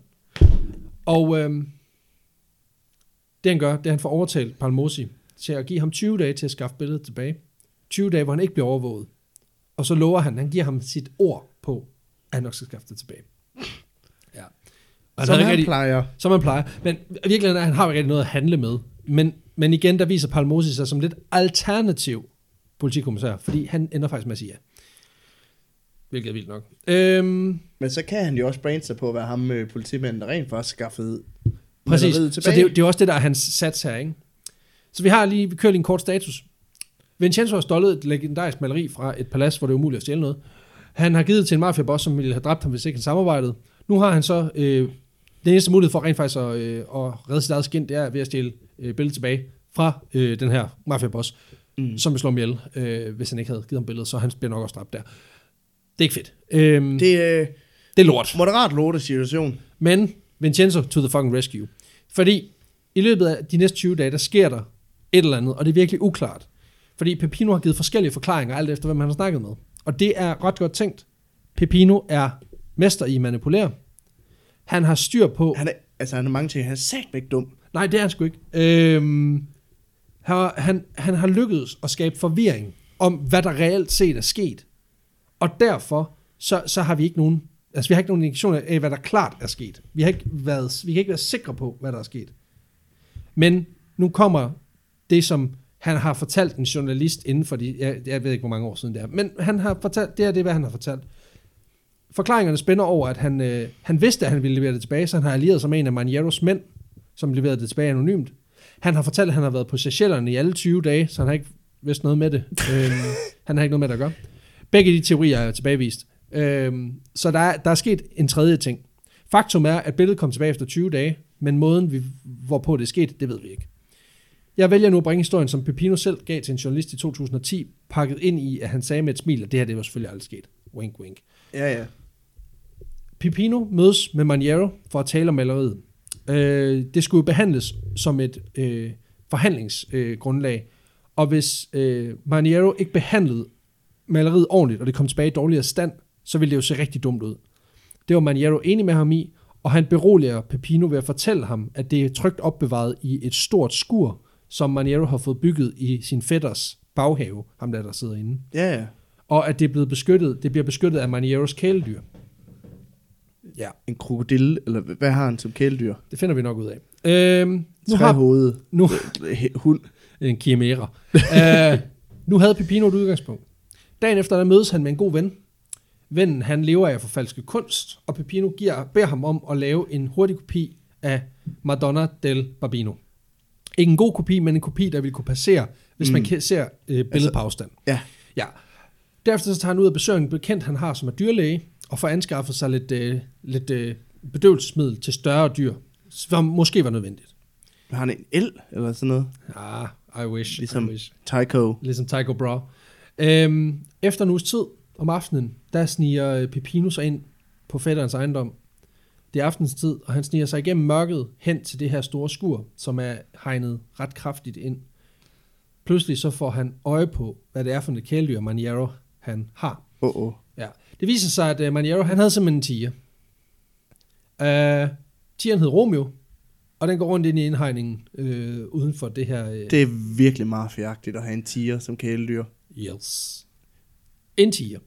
Og øh, det han gør, det er, at han får overtalt Palmosi til at give ham tyve dage til at skaffe billedet tilbage. tyve dage, hvor han ikke bliver overvåget. Og så lover han, han giver ham sit ord på, at han nok skal skaffe det tilbage. Ja. Han som han rigtig, plejer. Som han plejer. Men virkelig, han har jo rigtig noget at handle med. Men, men igen, der viser Palmosi sig som lidt alternativ politikommissær, fordi han ender faktisk med at sige ja. Hvilket er vildt nok. Øhm, men så kan han jo også brande sig på at være ham med politimanden, der rent faktisk skaffede præcis, så det, det er også det, der er hans sats her, ikke? Så vi har lige, vi kører lige en kort status. Vincenzo har stjålet et legendarisk maleri fra et palads, hvor det er umuligt at stjæle noget. Han har givet til en mafiaboss, som ville have dræbt ham, hvis ikke han samarbejdede. Nu har han så øh, den eneste mulighed for rent faktisk at, øh, at redde sit eget skin, det er ved at stjæle øh, billedet tilbage fra øh, den her mafiaboss, mm. som vil slå ham ihjel, øh, hvis han ikke havde givet ham billedet, så han bliver nok også dræbt der. Det er ikke fedt. Øhm, det, øh, det er lort. Moderat lorte situation. Men Vincenzo to the fucking rescue. Fordi i løbet af de næste tyve dage, der sker der et eller andet, og det er virkelig uklart. Fordi Peppino har givet forskellige forklaringer, alt efter hvem han har snakket med. Og det er ret godt tænkt. Peppino er mester i at manipulere. Han har styr på... Han er, altså han er mange ting, han er sagt væk dum. Nej, det er han sgu ikke. Øhm, han, han, han har lykkedes at skabe forvirring om, hvad der reelt set er sket. Og derfor, så, så har vi ikke nogen... Altså, vi har ikke nogen indikationer af, hvad der klart er sket. Vi har ikke været, vi kan ikke være sikre på, hvad der er sket. Men nu kommer det, som han har fortalt en journalist inden for de... Jeg, jeg ved ikke, hvor mange år siden det er. Men han har fortalt, det er det, hvad han har fortalt. Forklaringerne spænder over, at han, øh, han vidste, at han ville levere det tilbage, så han har allieret sig med en af Manieros mænd, som leverede det tilbage anonymt. Han har fortalt, at han har været på Seychellerne i alle tyve dage, så han har ikke vidst noget med det. øhm, han har ikke noget med det at gøre. Begge de teorier er tilbagevist. Øhm, så der er, der er sket en tredje ting. Faktum er, at billedet kom tilbage efter tyve dage, men måden, vi, hvorpå det skete, det ved vi ikke. Jeg vælger nu at bringe historien, som Peppino selv gav til en journalist i to tusind og ti, pakket ind i, at han sagde med et smil, at det her, det var selvfølgelig aldrig sket. Wink, wink. Ja, ja. Peppino mødes med Maniero for at tale om maleriet. Øh, det skulle behandles som et øh, forhandlingsgrundlag, øh, og hvis øh, Maniero ikke behandlede maleriet ordentligt, og det kom tilbage i dårligere stand, så ville det jo se rigtig dumt ud. Det var Maniero enig med ham i, og han beroliger Peppino ved at fortælle ham, at det er trygt opbevaret i et stort skur, som Maniero har fået bygget i sin fætters baghave, ham der, der sidder inde. Ja, ja. Og at det er blevet beskyttet, det bliver beskyttet af Manieros kæledyr. Ja. En krokodille, eller hvad har han som kæledyr? Det finder vi nok ud af. Øhm, nu Tre har hoved. nu Hund. en kimera. øh, nu havde Peppino et udgangspunkt. Dagen efter der mødes han med en god ven. Vennen, han lever af at forfalske kunst, og Peppino giver, beder ham om at lave en hurtig kopi af Madonna del Bambino. Ikke en god kopi, men en kopi, der vil kunne passere, hvis mm. man ser øh, billedet altså, på afstand. Ja. Ja. Derefter så tager han ud af besøg en bekendt, han har som er dyrlæge, og får anskaffet sig lidt, øh, lidt øh, bedøvelsesmiddel til større dyr, som måske var nødvendigt. Har han en el, eller sådan noget? Ah, I wish. Ligesom I wish. Tycho. Ligesom Tycho Brahe. Øhm, efter en uges tid om aftenen, der sniger Peppino sig ind på fætterens ejendom. Det er aftenstid, og han sniger sig igennem mørket hen til det her store skur, som er hegnet ret kraftigt ind. Pludselig så får han øje på, hvad det er for et kæledyr, Maniero han har. Oh, oh. Ja. Det viser sig, at uh, Maniero han havde simpelthen en tiger. Uh, tigeren hed Romeo, og den går rundt ind i indhegningen uh, uden for det her. Uh... Det er virkelig mafiagtigt at have en tiger som kæledyr. Yes. En tiger.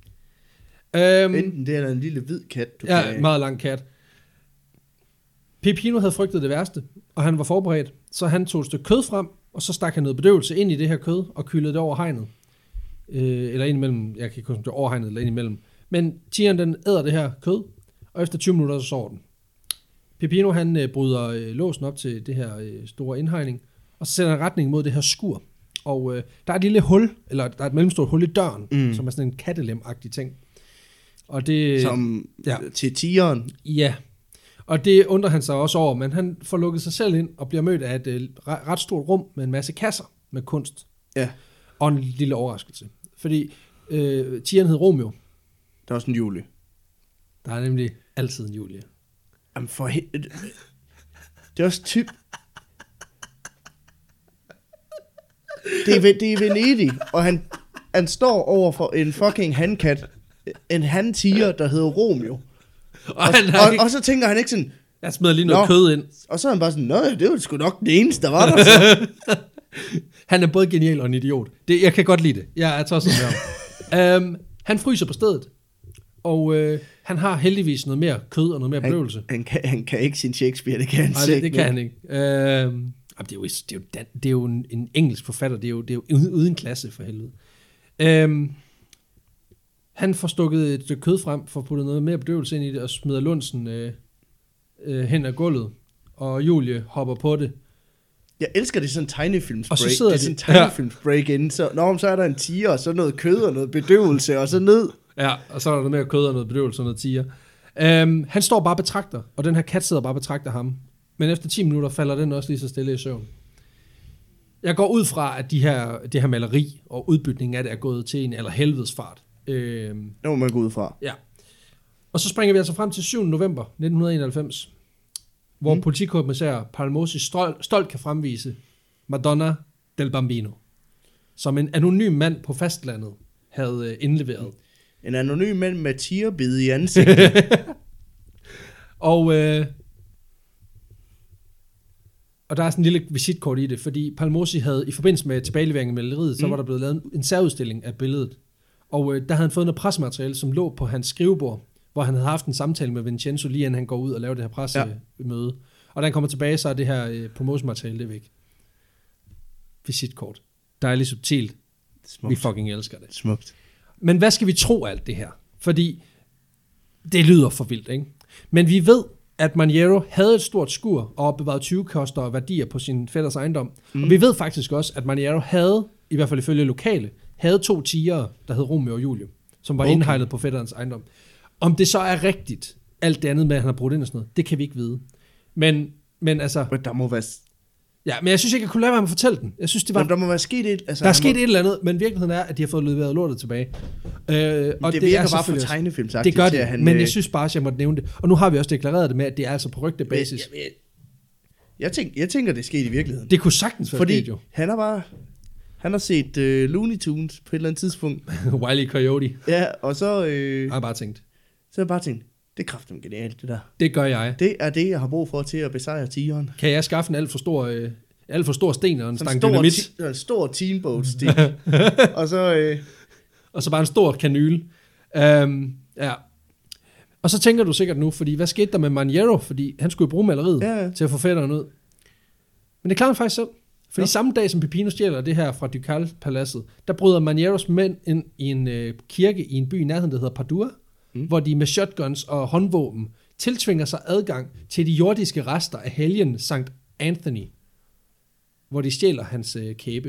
Um, Enten det eller en lille hvid kat, du ja, kan... en meget lang kat. Peppino havde frygtet det værste, og han var forberedt, så han tog et stykke kød frem, og så stak han noget bedøvelse ind i det her kød, og kyldede det over hegnet. Øh, eller ind imellem, jeg kan ikke huske, det over hegnet, eller ind imellem. Men tigeren, den æder det her kød, og efter tyve minutter, så sover den. Peppino, han øh, bryder øh, låsen op til det her øh, store indhegning, og så sender han retning mod det her skur. Og øh, der er et lille hul, eller der er et mellemstort hul i døren, mm. som er sådan en kattelem-agtig ting. Og det, som ja. Til tigeren? Ja, og det undrer han sig også over, men han får lukket sig selv ind og bliver mødt af et uh, ret stort rum med en masse kasser med kunst. Ja. Og en lille overraskelse. Fordi øh, tigeren hed Romeo. Der er også en Julie. Der er nemlig altid en Julie. Jamen for he- det er også typ... Det er, det er Venedig, og han, han står over for en fucking handkat. En handtiger, der hedder Romeo. Og, og, og, og så tænker han ikke sådan... Jeg smider lige noget kød ind. Og så er han bare sådan, nå, det var sgu nok det eneste, der var der så. Han er både genial og en idiot. Det, jeg kan godt lide det. Jeg er tosset med ham. um, han fryser på stedet. Og øh, han har heldigvis noget mere kød og noget mere bedøvelse. Han, han, kan, han kan ikke sin Shakespeare, det kan han Nej, det, det kan han ikke. Uh, det er jo, det er jo, det er jo en, en engelsk forfatter. Det er jo, det er jo uden klasse for helvede. Um, Han får stukket et stykke kød frem, får puttet noget mere bedøvelse ind i det, og smider lunsen øh, øh, hen ad gulvet. Og Julie hopper på det. Jeg elsker det sådan en tegnefilmsbreak. Og så sidder det er sådan en tegnefilmsbreak ja. inden. Så, nå, så er der en tiger, og så noget kød og noget bedøvelse, og så ned. Ja, og så er der noget mere kød og noget bedøvelse og noget tiger. Um, han står bare og betragter, og den her kat sidder bare og betragter ham. Men efter ti minutter falder den også lige så stille i søvn. Jeg går ud fra, at de her, det her maleri og udbytningen af det er gået til en allerhelvedes fart. Øhm, det må man gå ud fra. Ja. Og så springer vi altså frem til syvende november nitten enoghalvfems, hvor mm. politikommissær Palmosi stolt, stolt kan fremvise Madonna del Bambino, som en anonym mand på fastlandet havde indleveret. En anonym mand med tigerbid i ansigtet. og, øh, og der er sådan en lille visitkort i det, fordi Palmosi havde i forbindelse med tilbageleveringen af maleriet, så mm. var der blevet lavet en særudstilling af billedet. Og øh, der havde han fået noget pressemateriale, som lå på hans skrivebord, hvor han havde haft en samtale med Vincenzo, lige inden han går ud og laver det her pressemøde. Ja. Og da han kommer tilbage, så er det her øh, promotion-materiale, det er væk. Visitkort. Dejligt subtilt. Smukt. Vi fucking elsker det. Smukt. Men hvad skal vi tro af alt det her? Fordi det lyder for vildt, ikke? Men vi ved, at Maniero havde et stort skur og opbevarede tyvekoster og værdier på sin fætters ejendom. Mm. Og vi ved faktisk også, at Maniero havde, i hvert fald ifølge lokale, havde to tigere, der hed Romeo og Julie, som var okay. indhegnet på fætterens ejendom. Om det så er rigtigt, alt det andet med, at han har brugt ind og sådan noget, det kan vi ikke vide. Men, men altså... Men der må være... Ja, men jeg synes ikke, jeg kunne lade være med at fortælle den. Jeg synes, det var... Men der må være sket et... Altså, der er sket må... et eller andet, men virkeligheden er, at de har fået leveret lortet tilbage. Øh, og det, det virker er bare for tegnefilmsagtigt. Det gør til, det, han, men øh... jeg synes bare, at jeg måtte nævne det. Og nu har vi også deklareret det med, at det er altså på rygtebasis. Jeg, jeg, jeg, tænker, jeg tænker, det skete i virkeligheden. Det kunne sagtens være fordi sket, jo. han har bare... Han har set uh, Looney Tunes på et eller andet tidspunkt. Wile E. Coyote. Ja, og så... Øh... Jeg har bare tænkt. Så har jeg bare tænkt, det er kraftedeme genialt, det der. Det gør jeg. Det er det, jeg har brug for til at besejre tigeren. Kan jeg skaffe en alt for stor... Øh... alt for stor sten og en Sådan stang stor dynamit. Ti- en stor teamboat stick. og så... Øh... Og så bare en stor kanyle. Um, ja. Og så tænker du sikkert nu, fordi hvad skete der med Maniero? Fordi han skulle jo bruge maleriet ja, ja. til at få fætteren ud. Men det klarer han faktisk selv. Fordi ja. samme dag som Peppino stjæler det her fra Ducal-paladset, der bryder Manieros mænd ind i en øh, kirke i en by i nærheden, der hedder Padua, mm. hvor de med shotguns og håndvåben tiltvinger sig adgang til de jordiske rester af helgen Sankt Anthony, hvor de stjæler hans øh, kæbe.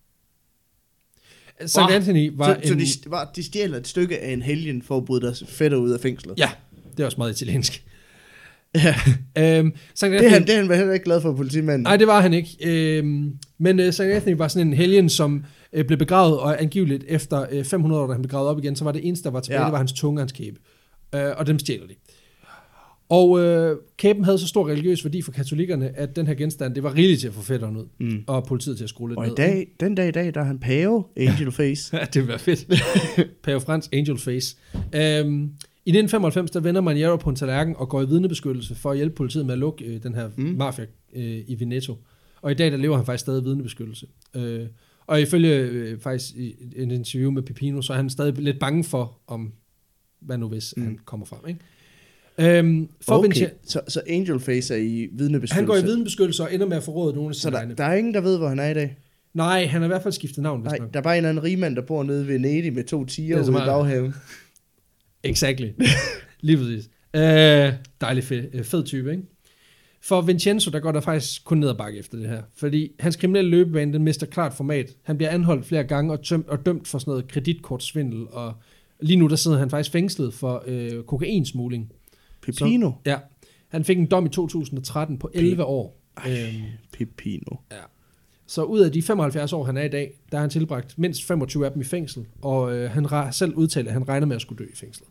Sankt Anthony var så, en... Så de, var, de stjæler et stykke af en helgen for at bryde deres fætter ud af fængslet? Ja, det er også meget italiensk. Ja. øhm, Sankt det, han, det han var heller ikke glad for, politimanden. Nej, det var han ikke. Øhm, men uh, Sankt Anthony var sådan en helgen, som uh, blev begravet, og angiveligt efter uh, fem hundrede år, da han blev gravet op igen, så var det eneste, der var tilbage, ja. det var hans tunge og hans kæbe. Uh, og dem stjæler de. Og uh, kæben havde så stor religiøs værdi for katolikkerne, at den her genstand, det var rigeligt til at få fætteren ud, mm. og politiet til at skrue lidt og ned. Og i dag, den dag i dag, der er han pave, Angel Face. Ja, det vil være fedt. Pave Frans, Angel Face. Um, I nitten femoghalvfems, der vender Maniero på en tallerken og går i vidnebeskyttelse for at hjælpe politiet med at lukke øh, den her mm. mafia øh, i Veneto. Og i dag, der lever han faktisk stadig i vidnebeskyttelse. Øh, og ifølge øh, faktisk i en interview med Peppino, så er han stadig lidt bange for, om hvad nu hvis mm. han kommer frem. Ikke? Øhm, for okay, Vinci- så, så Angel Face er i vidnebeskyttelse? Han går i vidnebeskyttelse og ender med at forråde nogle af sine sine egne. Så der, der er ingen, der ved, hvor han er i dag? Nej, han har i hvert fald skiftet navn. Nej, der er bare en eller anden rigmand, der bor nede ved Venedig med to tiger ude i baghaven. Exactly. Lige præcis. Øh, dejlig fed, fed type, ikke? For Vincenzo, der går der faktisk kun ned ad bakke efter det her. Fordi hans kriminelle løbebane, den mister klart format. Han bliver anholdt flere gange og, tømt, og dømt for sådan noget kreditkortsvindel. Og lige nu, der sidder han faktisk fængslet for øh, kokainsmugling. Peppino? Så, ja. Han fik en dom i to tusind og tretten på elleve år. Ej, øhm, Peppino. Ja. Så ud af de femoghalvfjerds år, han er i dag, der har han tilbragt mindst femogtyve af dem i fængsel. Og øh, han har selv udtalt, at han regner med at skulle dø i fængslet.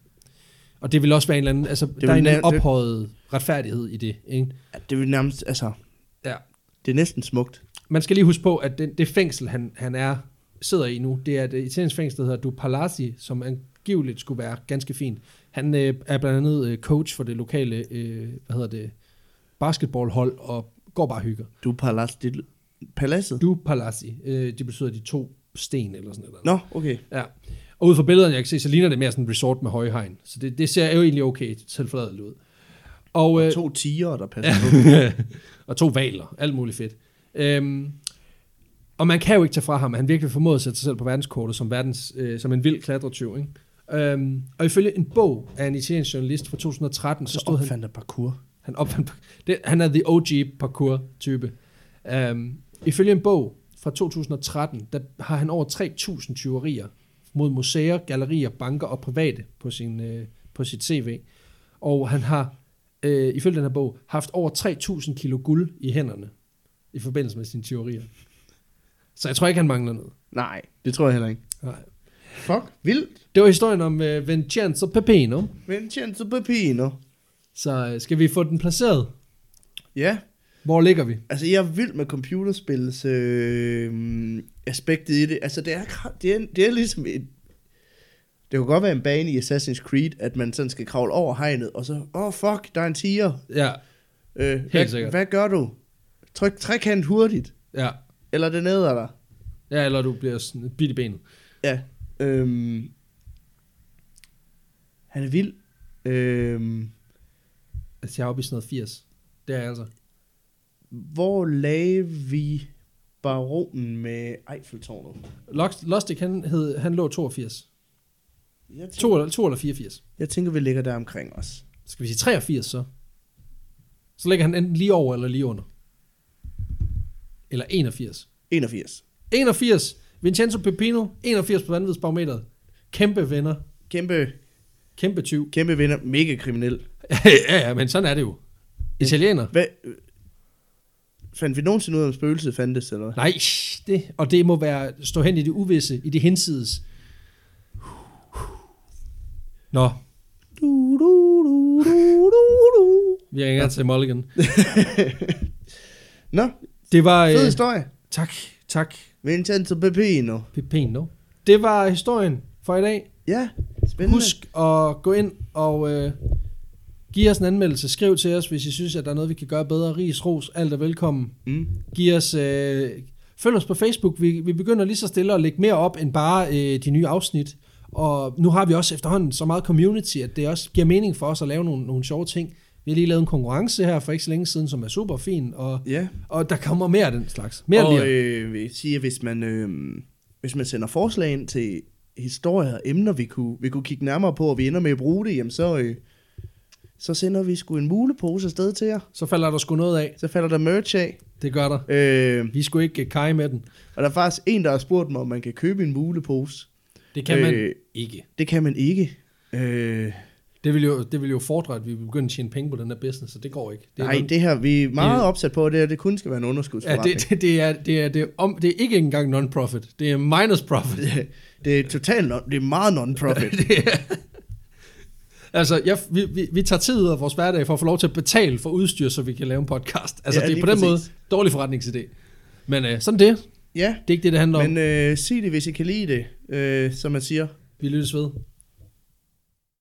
Og det vil også være en eller anden, altså der er en nær- ophøjet retfærdighed i det, ikke? Ja, det vil nærmest, altså, ja. Det er næsten smukt. Man skal lige huske på, at det, det fængsel, han, han er, sidder i nu, det er et italiensk fængsel, der hedder Du Palazzi, som angiveligt skulle være ganske fint. Han øh, er blandt andet øh, coach for det lokale, øh, hvad hedder det, basketballhold, og går bare og hygger. Du Palazzi, det paladset? Du Palazzi, øh, det betyder de to sten eller sådan noget. Nå, okay. Ja. Og ud fra billederne, jeg kan se, så ligner det mere sådan en resort med høje hegn. Så det, det ser jo egentlig okay selvforladeligt ud. Og, og øh, to tiger, der passer på. og to valer, alt muligt fedt. Øhm, og man kan jo ikke tage fra ham, at han virkelig formåede at sætte sig selv på verdenskortet som, verdens, øh, som en vild klatretyv. Ikke? Øhm, og ifølge en bog af en italiensk journalist fra to tusind og tretten, så, så stod opfandt han parkour. Han opfandt det, han er the O G parkour-type. Øhm, ifølge en bog fra to tusind og tretten, der har han over tre tusind tyverier mod museer, gallerier, banker og private på, sin, øh, på sit C V. Og han har, øh, ifølge den her bog, haft over tre tusind kilo guld i hænderne i forbindelse med sine tyverier. Så jeg tror ikke, han mangler noget. Nej, det tror jeg heller ikke. Nej. Fuck, vildt. Det var historien om øh, Vincenzo Peppino. Vincenzo Peppino. Så øh, skal vi få den placeret? Ja. Hvor ligger vi? Altså, jeg er vild med computerspils øh, aspektet i det. Altså, det er, det er, det er ligesom et... Det kunne godt være en bane i Assassin's Creed, at man sådan skal kravle over hegnet, og så, åh oh, fuck, der er en tiger. Ja, øh, helt hvad, sikkert. Hvad gør du? Tryk trekant hurtigt. Ja. Eller det nede af dig. Ja, eller du bliver sådan bidt i benet. Ja. Øhm, han er vild. Øhm, altså, jeg er oppe i sådan noget firs. Det er jeg altså. Hvor lagde vi baronen med Eiffeltårnet? Lustig, han, hed, han lå toogfirs. Jeg tænker, to, eller, to eller fireogfirs. Jeg tænker, vi ligger der omkring os. Skal vi sige treogfirs så? Så ligger han enten lige over eller lige under. Eller enogfirs. enogfirs. enogfirs. Vincenzo Peppino, enogfirs på vanvidsbarometeret. Kæmpe venner. Kæmpe, Kæmpe tyv. kæmpe vinder. Mega kriminel. ja, ja, men sådan er det jo. Italiener. Hvad? Fandt vi nogensinde ud af, om spøgelset fandtes, eller hvad? Nej, det, og det må være stå hen i det uvisse, i det hinsides. Nå. Du, du, du, du, du. Vi ringer ja. til Mulligan. Nå, det var, fed øh, historie. Tak, tak. Vincenzo Pepino. Pepino. Det var historien for i dag. Ja, spændende. Husk at gå ind og øh, give os en anmeldelse. Skriv til os, hvis I synes, at der er noget, vi kan gøre bedre. Ris, ros, alt er velkommen. Mm. Giv os, øh, følg os på Facebook. Vi, vi begynder lige så stille at lægge mere op, end bare øh, de nye afsnit. Og nu har vi også efterhånden så meget community, at det også giver mening for os at lave nogle, nogle sjove ting. Vi har lige lavet en konkurrence her for ikke så længe siden, som er super fin, og, yeah. og der kommer mere af den slags. Mere og øh, vil sige, at hvis man, øh, hvis man sender forslag ind til historier og emner, vi kunne, vi kunne kigge nærmere på, og vi ender med at bruge det, jamen så, øh, så sender vi sgu en mulepose afsted til jer. Så falder der sgu noget af. Så falder der merch af. Det gør der. Øh, vi skulle ikke kage med den. Og der er faktisk en, der har spurgt mig, om man kan købe en mulepose. Det kan man øh, ikke. Det kan man ikke. Øh, Det vil jo, det vil jo fordre, at vi begynder at tjene penge på den her business, så det går ikke. Det nej, noget, det her, vi er meget det, opsat på, det, det kun skal være en underskudsforretning. Ja, det, det, det, er, det, er, det, er, om, det er ikke engang non-profit, det er minus profit. Det, det er totalt, non, det er meget non-profit. det er, altså, jeg, vi, vi, vi tager tid ud af vores hverdag for at få lov til at betale for udstyr, så vi kan lave en podcast. Altså, ja, det er på den præcis. måde dårlig forretningsidé. Men øh, sådan det. Ja. Det er ikke det, det handler men, om. Men øh, sig det, hvis I kan lide det, øh, som man siger. Vi lyttes ved.